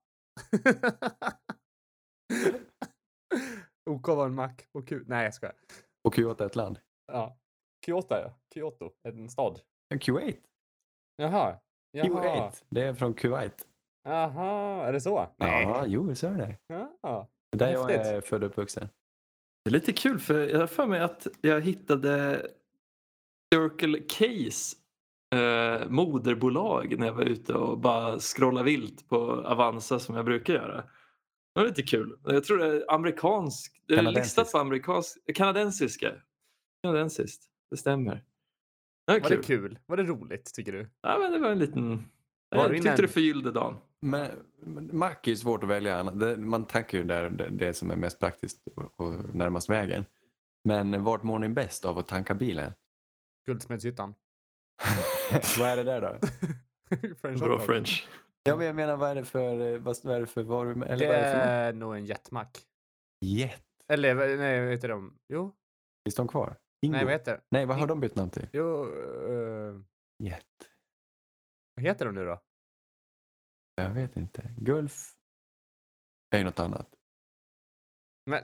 OK var en Mac. Och Q... Nej, jag skojar. Och Q åtta är ett land. Ja. Kyoto, ja. Kyoto. En stad. Kuwait. Jaha. Jaha. Kuwait. Det är från Kuwait. Jaha. Är det så? Nej. Ja, jo, så är det. Ja. Det där jag Häftigt. är född och uppvuxen. Det är lite kul för jag har för mig att jag hittade Circle Case eh, moderbolag när jag var ute och bara scrolla vilt på Avanza som jag brukar göra. Det var lite kul. Jag tror det är amerikansk, det är Kanadensisk. listat på amerikansk, kanadensiska. Kanadensiskt, det stämmer. Det var Var kul. det kul? Var det roligt, tycker du? Ja, men det var en liten... Var Jag det tyckte innan- det förgyllde dagen. Men men Mac är ju svårt att välja. Det- Man tackar ju där det, det som är mest praktiskt och, och närmast vägen. Men vart mår ni bäst av att tanka bilen? Guldsmedshyttan. Vad är det där då? French Bra hotdog. Ja, French. men jag menar, vad är det för, eh, vad, vad är det för varu... Eller Det vad är det för är nog en jetmack. jet? Eller nej, vad heter de? Jo. Finns de kvar? Ingo? Nej, vad heter det? Nej, vad har de bytt namn till? Jo. Uh, Jet. vad heter de nu då? Jag vet inte. Gulf är ju något annat. Men...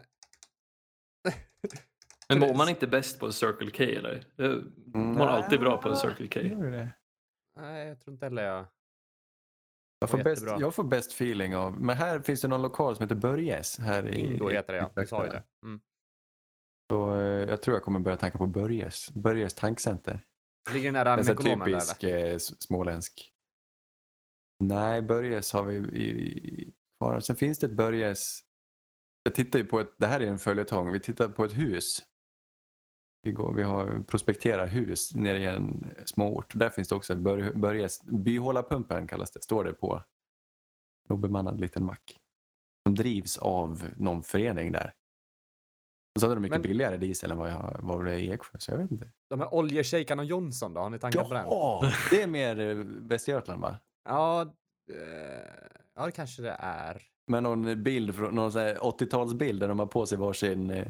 Men mår man inte bäst på Circle K eller? Jag mår alltid bra på Circle K. Gör du det? Nej, jag tror inte heller jag... Jag får, var bäst, jättebra. jag får bäst feeling av... Men här finns det någon lokal som heter Börjes. Här i, Ingo heter det, i ja. Du sa ju trakterna. det. Mm. Så, eh, jag tror jag kommer börja tanka på Börjes. Börjes tankcenter. Ligger nära En sån Mekonomen där, eller? typisk eh, s- småländsk. Nej, Börjes har vi i, i kvar. Sen finns det ett Börjes Jag tittar ju på ett, det här är en följetong, vi tittar på ett hus. Vi, går, vi har prospekterat hus nere i en småort. Där finns det också ett bör, börjes, byhålarpumpen kallas det, står det på. En obemannad liten mack. Som drivs av någon förening där. Och så hade de mycket Men, billigare diesel än vad, jag, vad det är i Eksjö, så jag vet inte. De här oljeshejkarna Jonsson då, har ni tankat på den? Ja, det är mer eh, Västergötland va? Ja, eh, ja, det kanske det är. Men någon bild, från- någon sån här åttiotalsbild där de har på sig varsin... Eh,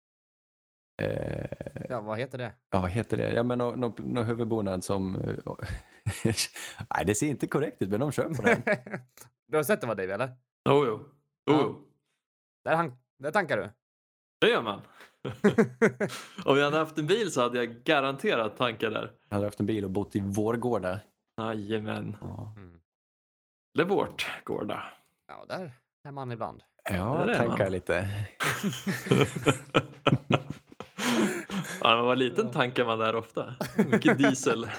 eh, Ja, vad heter det? ja, vad heter det? Ja, men någon, någon, någon huvudbonad som... eh, nej, det ser inte korrekt ut, men de kör på den. Du har sett det, vad Dave, eller? Jo, jo. Jo, Ja. jo. Där, han, där tankar du. Det gör man. Om jag hade haft en bil så hade jag garanterat tankar där. Jag hade haft en bil och bott i Vårgårda. Jajamän. Ja, Mm. Det är vårt gårda. Ja, där är man ibland. ja Det är tankar man. lite. Ja, när man var liten tankar man där ofta. Mycket diesel.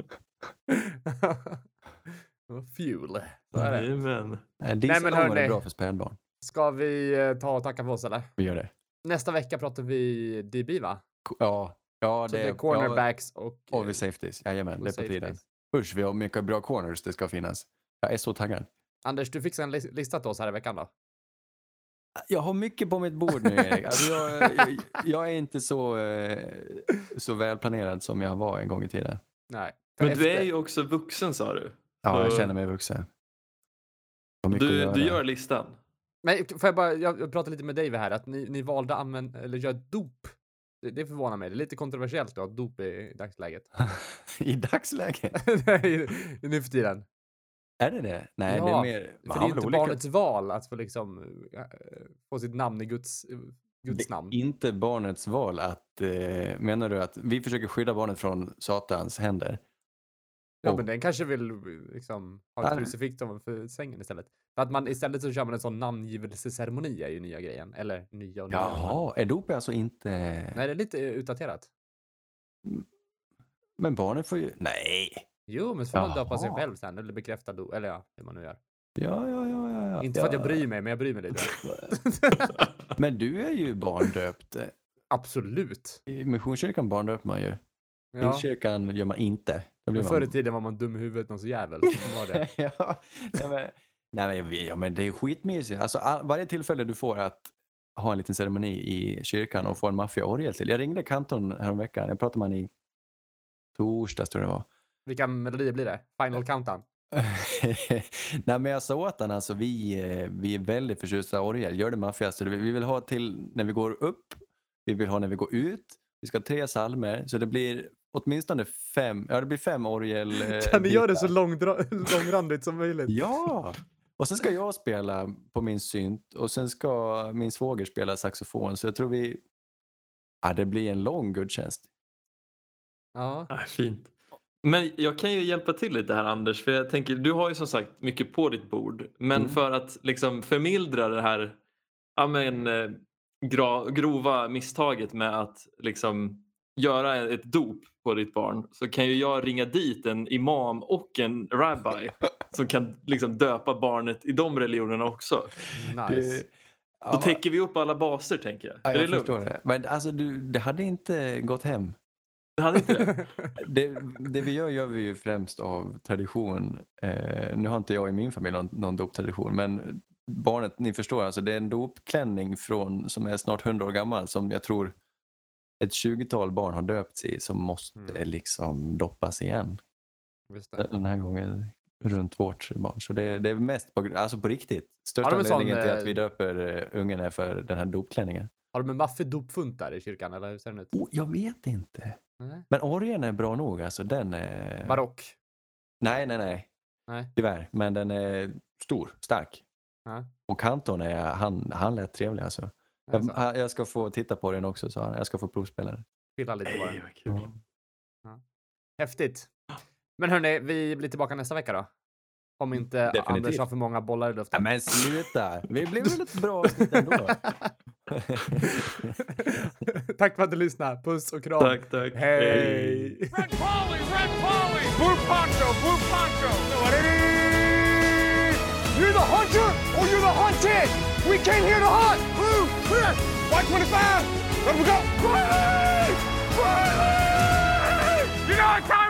Fuel. Så är det. Jajamän. Nej, diesel men Nej, hörni. är bra för spädbarn. Ska vi eh, ta och tacka för oss, eller? Vi gör det. Nästa vecka pratar vi D B, va? Ko- Ja, ja Så det det är cornerbacks och... Ja, och vi safeties. Jajamän, och det är på tiden. safeties. Usch, vi har mycket bra corners det ska finnas. Jag är så taggad. Anders, du fixar en lis- lista till oss här i veckan då? Jag har mycket på mitt bord nu, Erik. Alltså, jag, jag, jag är inte så, eh, så välplanerad som jag var en gång i tiden. Nej. För Men efter- du är ju också vuxen, sa du. Ja, jag Så- känner mig vuxen. Jag har mycket att Du, göra. du gör listan. Men får jag bara, jag jag pratade lite med Dave här, att ni, ni valde att använda, eller göra dop. Det, det förvånar mig. Det är lite kontroversiellt att ha dop i dagsläget. I dagsläget? Nej, nu för tiden. Är det det? Nej, Ja, det är mer... man För det är har ju väl inte olika- barnets val att få liksom äh, få sitt namn i Guds, Guds Det är namn. inte barnets val att... Eh, menar du att vi försöker skydda barnet från satans händer? Ja, och- men den kanske vill liksom ha ett Nej. krucifix ovanför sängen istället. För att man istället så kör man en sån namngivelseceremoni är ju nya grejen. Eller nya och nya. Jaha, är dop alltså inte... Nej, det är lite utdaterat. Men barnet får ju... Nej! Jo, men så får man döpa sig Jaha. själv sen. Eller bekräfta dop. Eller ja, hur man nu gör. Ja, ja, ja, ja. ja. Inte för att jag Ja. bryr mig, men jag bryr mig lite. Men du är ju barndöpt. Absolut. I Missionskyrkan barndöpt man ju. Ja. Kyrkan gör man inte. Då blir Men förr i man... tiden var man dum i huvudet, någon så jävel. Som var det. ja, nej, men, nej, men, ja, men det är skitmysigt. Alltså, all, varje tillfälle du får att ha en liten ceremoni i kyrkan och få en maffiaorgel till. Jag ringde kantorn häromveckan. Jag pratade med han i torsdags tror jag det var. Vilka melodier blir det? Final countdown. Nej, men jag sa åt han alltså, vi, eh, vi är väldigt förtjusta i orgel. Gör det maffigaste. Vi vi vill ha till när vi går upp. Vi vill ha när vi går ut. Vi ska ha tre salmer. Så det blir åtminstone fem. Ja, det blir fem orgel. eh, Kan ni göra det bitar. så långdra- långrandigt som möjligt? Ja! Och sen ska jag spela på min synt. Och sen ska min svåger spela saxofon. Så jag tror vi... Ja, det blir en lång gudstjänst. Ja. Ah, fint. Men jag kan ju hjälpa till lite här, Anders. För jag tänker, du har ju som sagt mycket på ditt bord. Men Mm. för att liksom förmildra det här ja, men, eh, gra- grova misstaget med att liksom göra ett dop på ditt barn, så kan ju jag ringa dit en imam och en rabbi som kan liksom döpa barnet i de religionerna också. Nice. Det- Då täcker vi upp alla baser, tänker jag. Ja, är det jag lugnt? förstår det. Men alltså, du, det hade inte gått hem. Det hade inte det. Det, det vi gör gör vi ju främst av tradition. Eh, nu har inte jag i min familj någon, någon doptradition, men barnet, ni förstår, alltså det är en dopklänning från, som är snart hundra år gammal, som jag tror ett tjugotal barn har döpts i, som måste Mm. liksom doppas igen. Just det. Den här gången runt vårt barn. Så det, det är mest på, alltså på riktigt. Största Har de en sån, anledningen till eh, att vi döper eh, ungen är för den här dopklänningen. Har de en maffig dopfunt där i kyrkan, eller hur ser den ut? Oh, jag vet inte. Nej. Men orgeln är bra nog, alltså den är... Barock. Nej, nej, nej. Nej. Tyvärr, men den är stor, stark. Ja. Och kantorn är, han, han lät trevlig alltså. Jag, Alltså, han- jag ska få titta på den också, så jag ska få provspela den. pilla lite på Nej, den. vad kul. Häftigt. Men hörni, vi blir tillbaka nästa vecka då. Om inte Definitivt. Anders har för många bollar i Ja, luften. men sluta! Vi blev väl ett bra avsnitt ändå. Tack för att du lyssnade. Puss och kram. Tack, tack. Hej! Red Polly, Red Polly! Blue Poncho, Blue Poncho! You're the hunter or you're the hunted! We came here to hunt! Blue, clear! Y twenty-five! Let him go! Riley! Riley! You know what time